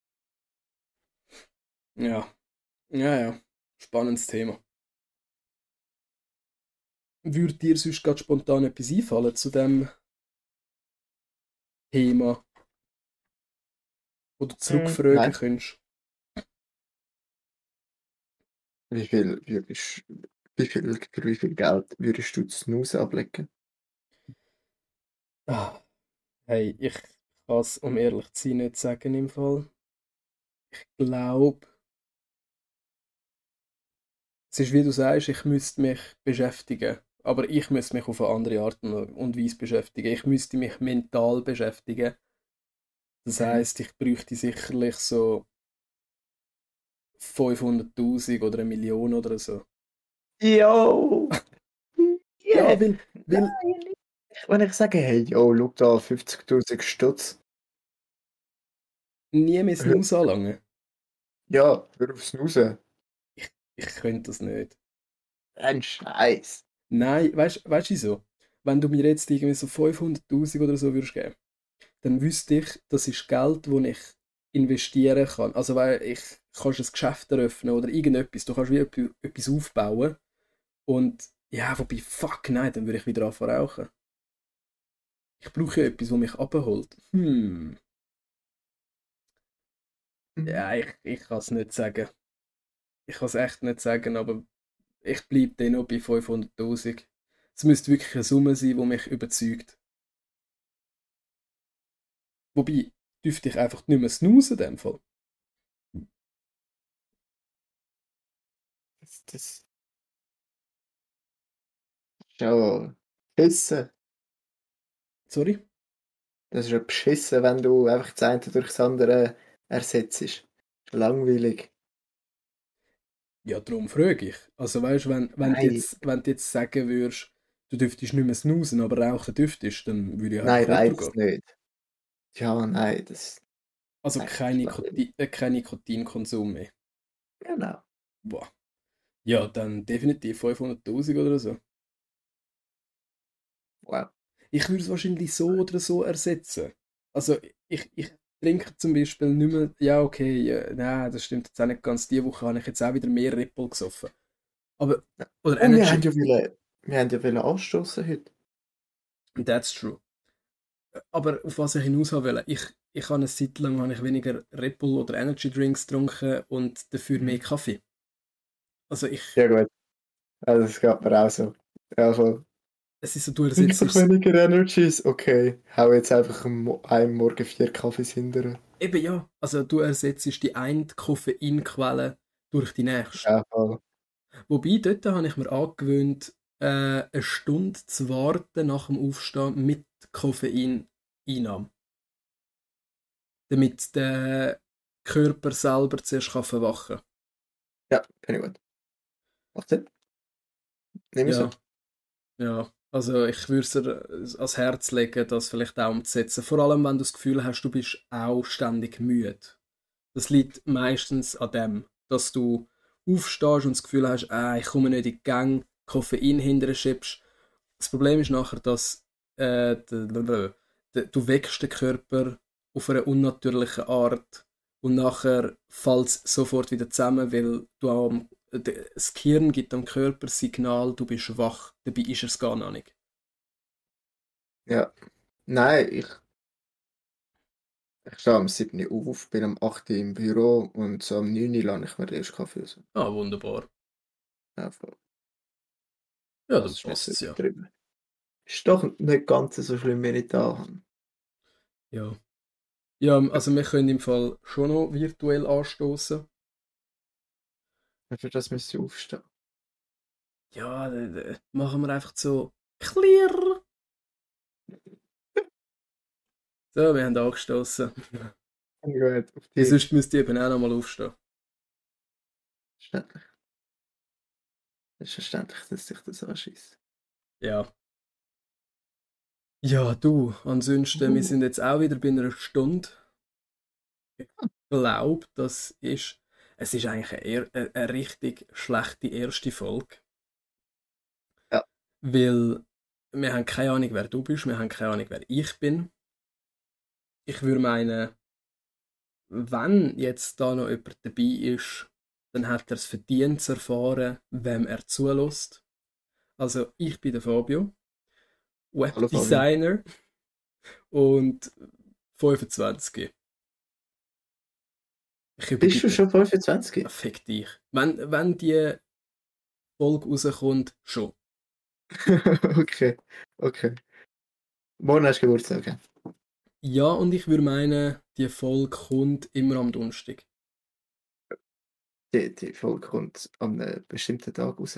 Ja, ja, ja. Spannendes Thema. Würde dir sonst gerade spontan etwas einfallen zu dem Thema, wo du mm, zurückfragen nein. könntest? Wie viel würdest, wie viel, für wie viel Geld würdest du Snooze ablegen? Ah, hey, ich kann es, um ehrlich zu sein, nicht sagen im Fall. Ich glaube, es ist wie du sagst, ich müsste mich beschäftigen. Aber ich müsste mich auf eine andere Art und Weise beschäftigen. Ich müsste mich mental beschäftigen. Das Mhm. heisst, ich bräuchte sicherlich so fünfhunderttausend oder eine Million oder so. Yo! Ja, Yeah! weil, weil Nein! Wenn ich sage, hey, yo, schau da, fünfzigtausend Stutz. nie mehr Hör- Snooze anlangen. Ja, hör auf Snooze. Ich, ich könnte das nicht. Ein Scheiß. Nein, weißt du wieso? Wenn du mir jetzt irgendwie so fünfhunderttausend oder so würdest geben, dann wüsste ich, das ist Geld, das ich investieren kann. Also, weil ich kannst ein Geschäft eröffnen oder irgendetwas. Du kannst wie etwas etwas aufbauen. Und ja, wobei, fuck, nein, dann würde ich wieder anfangen rauchen. Ich brauche ja etwas, das mich abholt. Hm, Mhm. ja, ich, ich kann es nicht sagen. Ich kann es echt nicht sagen, aber ich bleibe dann noch bei fünfhunderttausend. Es müsste wirklich eine Summe sein, die mich überzeugt. Wobei, dürfte ich einfach nicht mehr snoozen in dem Fall. Das, das ist ja beschissen. Sorry? Das ist ja beschissen, wenn du einfach das eine durch das andere ersetzt. Ist langweilig. Ja, darum frage ich. Also weißt du, wenn, wenn du Nein, jetzt, wenn du jetzt sagen würdest, du dürftest nicht mehr snoozen, aber rauchen dürftest, dann würde ich nein, einfach beides weitergehen. nicht. Ja, nein, das. Also Nein, kein, das geht nicht. Nikoti äh, kein Nikotinkonsum mehr. Genau. Boah. Ja, dann definitiv fünfhunderttausend oder so. Wow. Ich würde es wahrscheinlich so oder so ersetzen. Also ich, ich trinke zum Beispiel nicht mehr, ja okay, ja, nein, das stimmt jetzt auch nicht ganz. Diese Woche habe ich jetzt auch wieder mehr Red Bull gesoffen. Aber, oder Und wir haben Energy, ja wollen, wir haben ja wollen anstoßen heute. that's true. Aber auf was ich hinaus wollte, ich, ich habe eine Zeit lang habe ich weniger Red Bull oder Energy Drinks getrunken und dafür mehr Mhm. Kaffee. Also ich, Ja gut, also das geht mir auch so. Also, es ist so, du ersetzt einfach es, weniger Energies, okay. Hau jetzt einfach am Mo- einem Morgen vier Kaffees hinterher. eben ja, also du ersetzt die eine Koffeinquelle durch die nächste. Ja, voll. Wobei, dort habe ich mir angewöhnt, äh, eine Stunde zu warten nach dem Aufstehen mit Koffeineinnahme. Damit der Körper selber zuerst kann verwachen kann. Ja, finde ich gut. Macht Sinn. Nehmen wir so. Ja, ja. Also ich würde es dir ans Herz legen, das vielleicht auch umzusetzen. Vor allem, wenn du das Gefühl hast, du bist auch ständig müde. Das liegt meistens an dem, dass du aufstehst und das Gefühl hast, ah, ich komme nicht in die Gang, Koffein hinterher schiebst. Das Problem ist nachher, dass äh, d- d- d- du wächst den Körper auf eine unnatürliche Art und nachher fällt es sofort wieder zusammen, weil du am d- das Gehirn gibt dem Körper das Signal, du bist wach, dabei ist er es gar noch nicht. Ja. Nein, ich, ich stehe am siebten Uhr auf, bin am achten Uhr im Büro und so am neunten Uhr lade ich mir den ersten Kaffee raus. Ah, wunderbar. Ja, voll. Ja, Das dann ist passt nicht es ja. übertrieben. Ist doch nicht ganz so schlimm, wenn ich da habe. Ja. Ja, also wir können im Fall schon noch virtuell anstoßen. Für das müsste ich aufstehen. Ja, d- d- machen wir einfach so clear. So, wir haben angestoßen. Gut, auf Ja, die. sonst müsst ihr eben auch noch mal aufstehen. Verständlich. Es ist verständlich, dass sich das anschießt. Ja. Ja, du, ansonsten, wir sind jetzt auch wieder bei einer Stunde. Ich glaube, das ist, es ist eigentlich eine, eher- eine, eine richtig schlechte erste Folge. Ja. Weil wir haben keine Ahnung, wer du bist, wir haben keine Ahnung, wer ich bin. Ich würde meinen, wenn jetzt da noch jemand dabei ist, dann hat er es verdient zu erfahren, wem er zulässt. Also, ich bin der Fabio, Hallo Fabio. Webdesigner und fünfundzwanzig. Ich Bist du übergebe schon fünfundzwanzig? Fick dich. Wenn, wenn die Folge rauskommt, schon. Okay, okay. Morgen hast du Geburtstag, ja? Ja, und ich würde meinen, die Folge kommt immer am Donnerstag. Die, die Folge kommt an einem bestimmten Tag raus.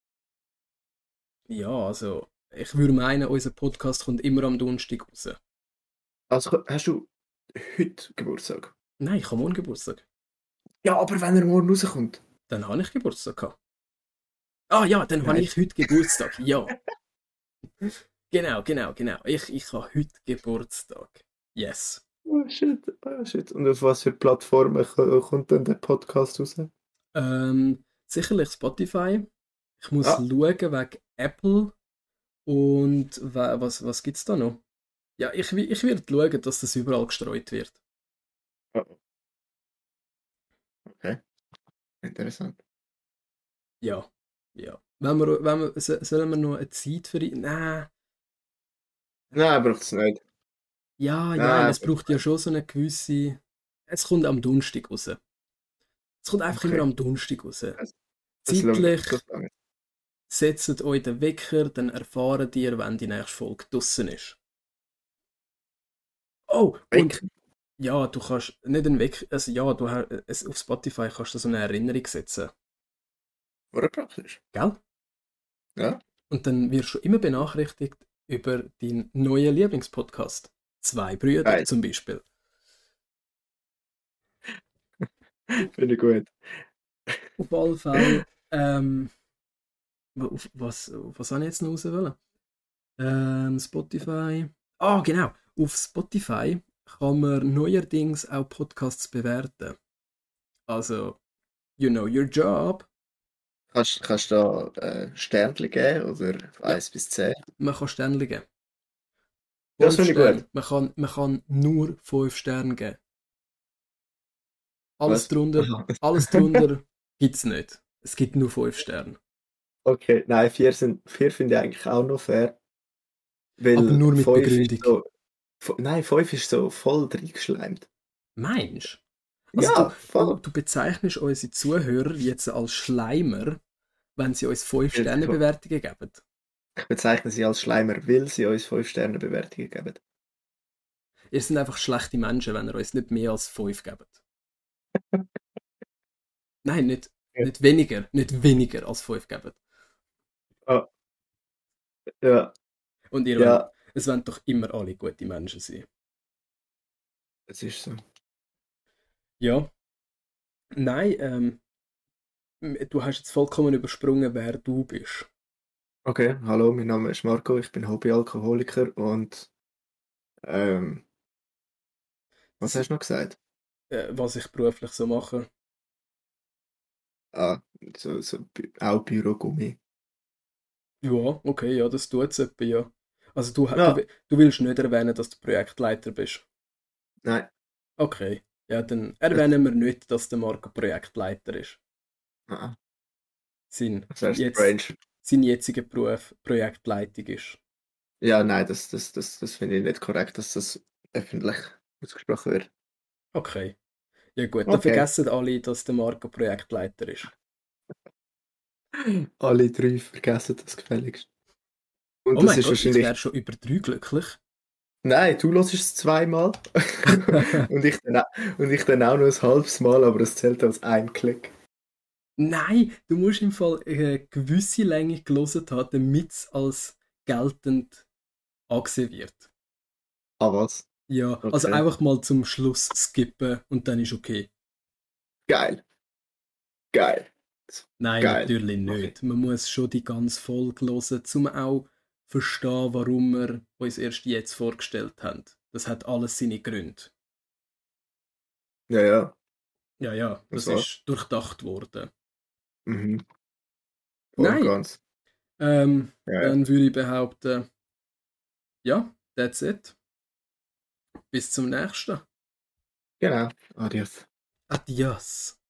Ja, also, ich würde meinen, unser Podcast kommt immer am Donnerstag raus. Also hast du heute Geburtstag? Nein, ich habe morgen Geburtstag. Ja, aber wenn er morgen rauskommt. Dann habe ich Geburtstag gehabt. Ah ja, dann habe Nein. ich heute Geburtstag. Ja. Genau, genau, genau. Ich, ich habe heute Geburtstag. Yes. Oh shit, oh shit. Und auf was für Plattformen ko- kommt denn der Podcast raus? Ähm, sicherlich Spotify. Ich muss Ah. schauen wegen Apple. Und wa- was, was gibt es da noch? Ja, ich, wi- ich werde schauen, dass das überall gestreut wird. Oh. Okay, interessant. Ja, ja. Wenn wir, wenn wir, so- sollen wir noch eine Zeit für ihn? Nein. Nein, braucht es nicht. Ja, Nein, ja, es braucht's braucht ja schon so eine gewisse. Es kommt am Donnerstag raus. Es kommt einfach Okay. immer am Donnerstag raus. Das- Das lange, Zeitlich das lange. setzt euch den Wecker, dann erfahrt ihr, wenn die nächste Folge draussen ist. Oh, und Wecker? ja, du kannst nicht einen Wecker, also ja, du ha- es, auf Spotify kannst du so eine Erinnerung setzen, Oder praktisch. gell? Ja. Und dann wirst du immer benachrichtigt über deinen neuen Lieblingspodcast. Zwei Brüder Geil. zum Beispiel. Finde ich gut. Auf alle Fälle, ähm, auf, was, auf was habe ich jetzt noch raus wollen? Ähm, Spotify. Ah, genau. Auf Spotify kann man neuerdings auch Podcasts bewerten. Also, you know your job. Kannst, kannst du da äh, Sternchen geben oder eins bis zehn? Man kann Sterne geben. Das Fünf finde ich Sterne. gut. Man kann, man kann nur fünf Sterne geben. Alles Was? drunter, Aha. alles drunter gibt es nicht. Es gibt nur fünf Sterne. Okay, nein, vier, sind, vier finde ich eigentlich auch noch fair. Weil Aber nur mit fünf Begründung. Ist so, f- nein, fünf ist so voll reingeschleimt. Meinst du? Also Ja, du, du, voll. du bezeichnest unsere Zuhörer jetzt als Schleimer, wenn sie uns fünf Ja, Sterne Bewertungen geben. Ich bezeichne sie als Schleimer, weil sie uns fünf Sterne Bewertungen geben. Ihr seid einfach schlechte Menschen, wenn ihr uns nicht mehr als fünf gebt. Nein, nicht, Ja. nicht weniger, nicht weniger als fünf gebt. Ah. Ja, Und ihr ja, wollt, es wollen doch immer alle gute Menschen sein. es ist so. Ja. Nein, ähm, du hast jetzt vollkommen übersprungen, wer du bist. Okay, hallo, mein Name ist Marco, ich bin Hobbyalkoholiker und ähm, was hast du noch gesagt? Äh, was ich beruflich so mache. Ah, so, so Bü- auch Bürogummi. Ja, okay, ja, das tut es etwa, ja. Also du, Ja. du, du willst nicht erwähnen, dass du Projektleiter bist. Nein, Okay, ja, dann erwähnen wir nicht, dass der Marco Projektleiter ist. ah, sein, Sehr jetzt, strange. sein jetziger Beruf Projektleitung ist. Ja, nein, das, das, das, das finde ich nicht korrekt, dass das öffentlich ausgesprochen wird. Okay. Ja gut, dann Okay. vergessen alle, dass der Marco Projektleiter ist. Alle drei vergessen das gefälligst. Und Oh das mein ist Gott, ich wahrscheinlich. wäre schon über drei glücklich. Nein, du hörst es zweimal. und, ich dann, au- und ich dann auch noch ein halbes Mal, aber es zählt als ein Klick. Nein, du musst im Fall eine gewisse Länge gelesen haben, damit es als geltend angesehen wird. Ah, was? Ja, also Okay. einfach mal zum Schluss skippen und dann ist okay. Geil. Geil. Nein, Geil. natürlich Mach ich. nicht. Man muss schon die ganze Folge hören, um auch verstehen, warum wir uns erst jetzt vorgestellt haben. Das hat alles seine Gründe. Ja, ja. Ja, ja, das Das war. ist durchdacht worden. Mhm. Voll und Nein, ganz. ähm, Ja, ja. dann würde ich behaupten, ja, that's it. Bis zum nächsten. Genau. Adios. Adios.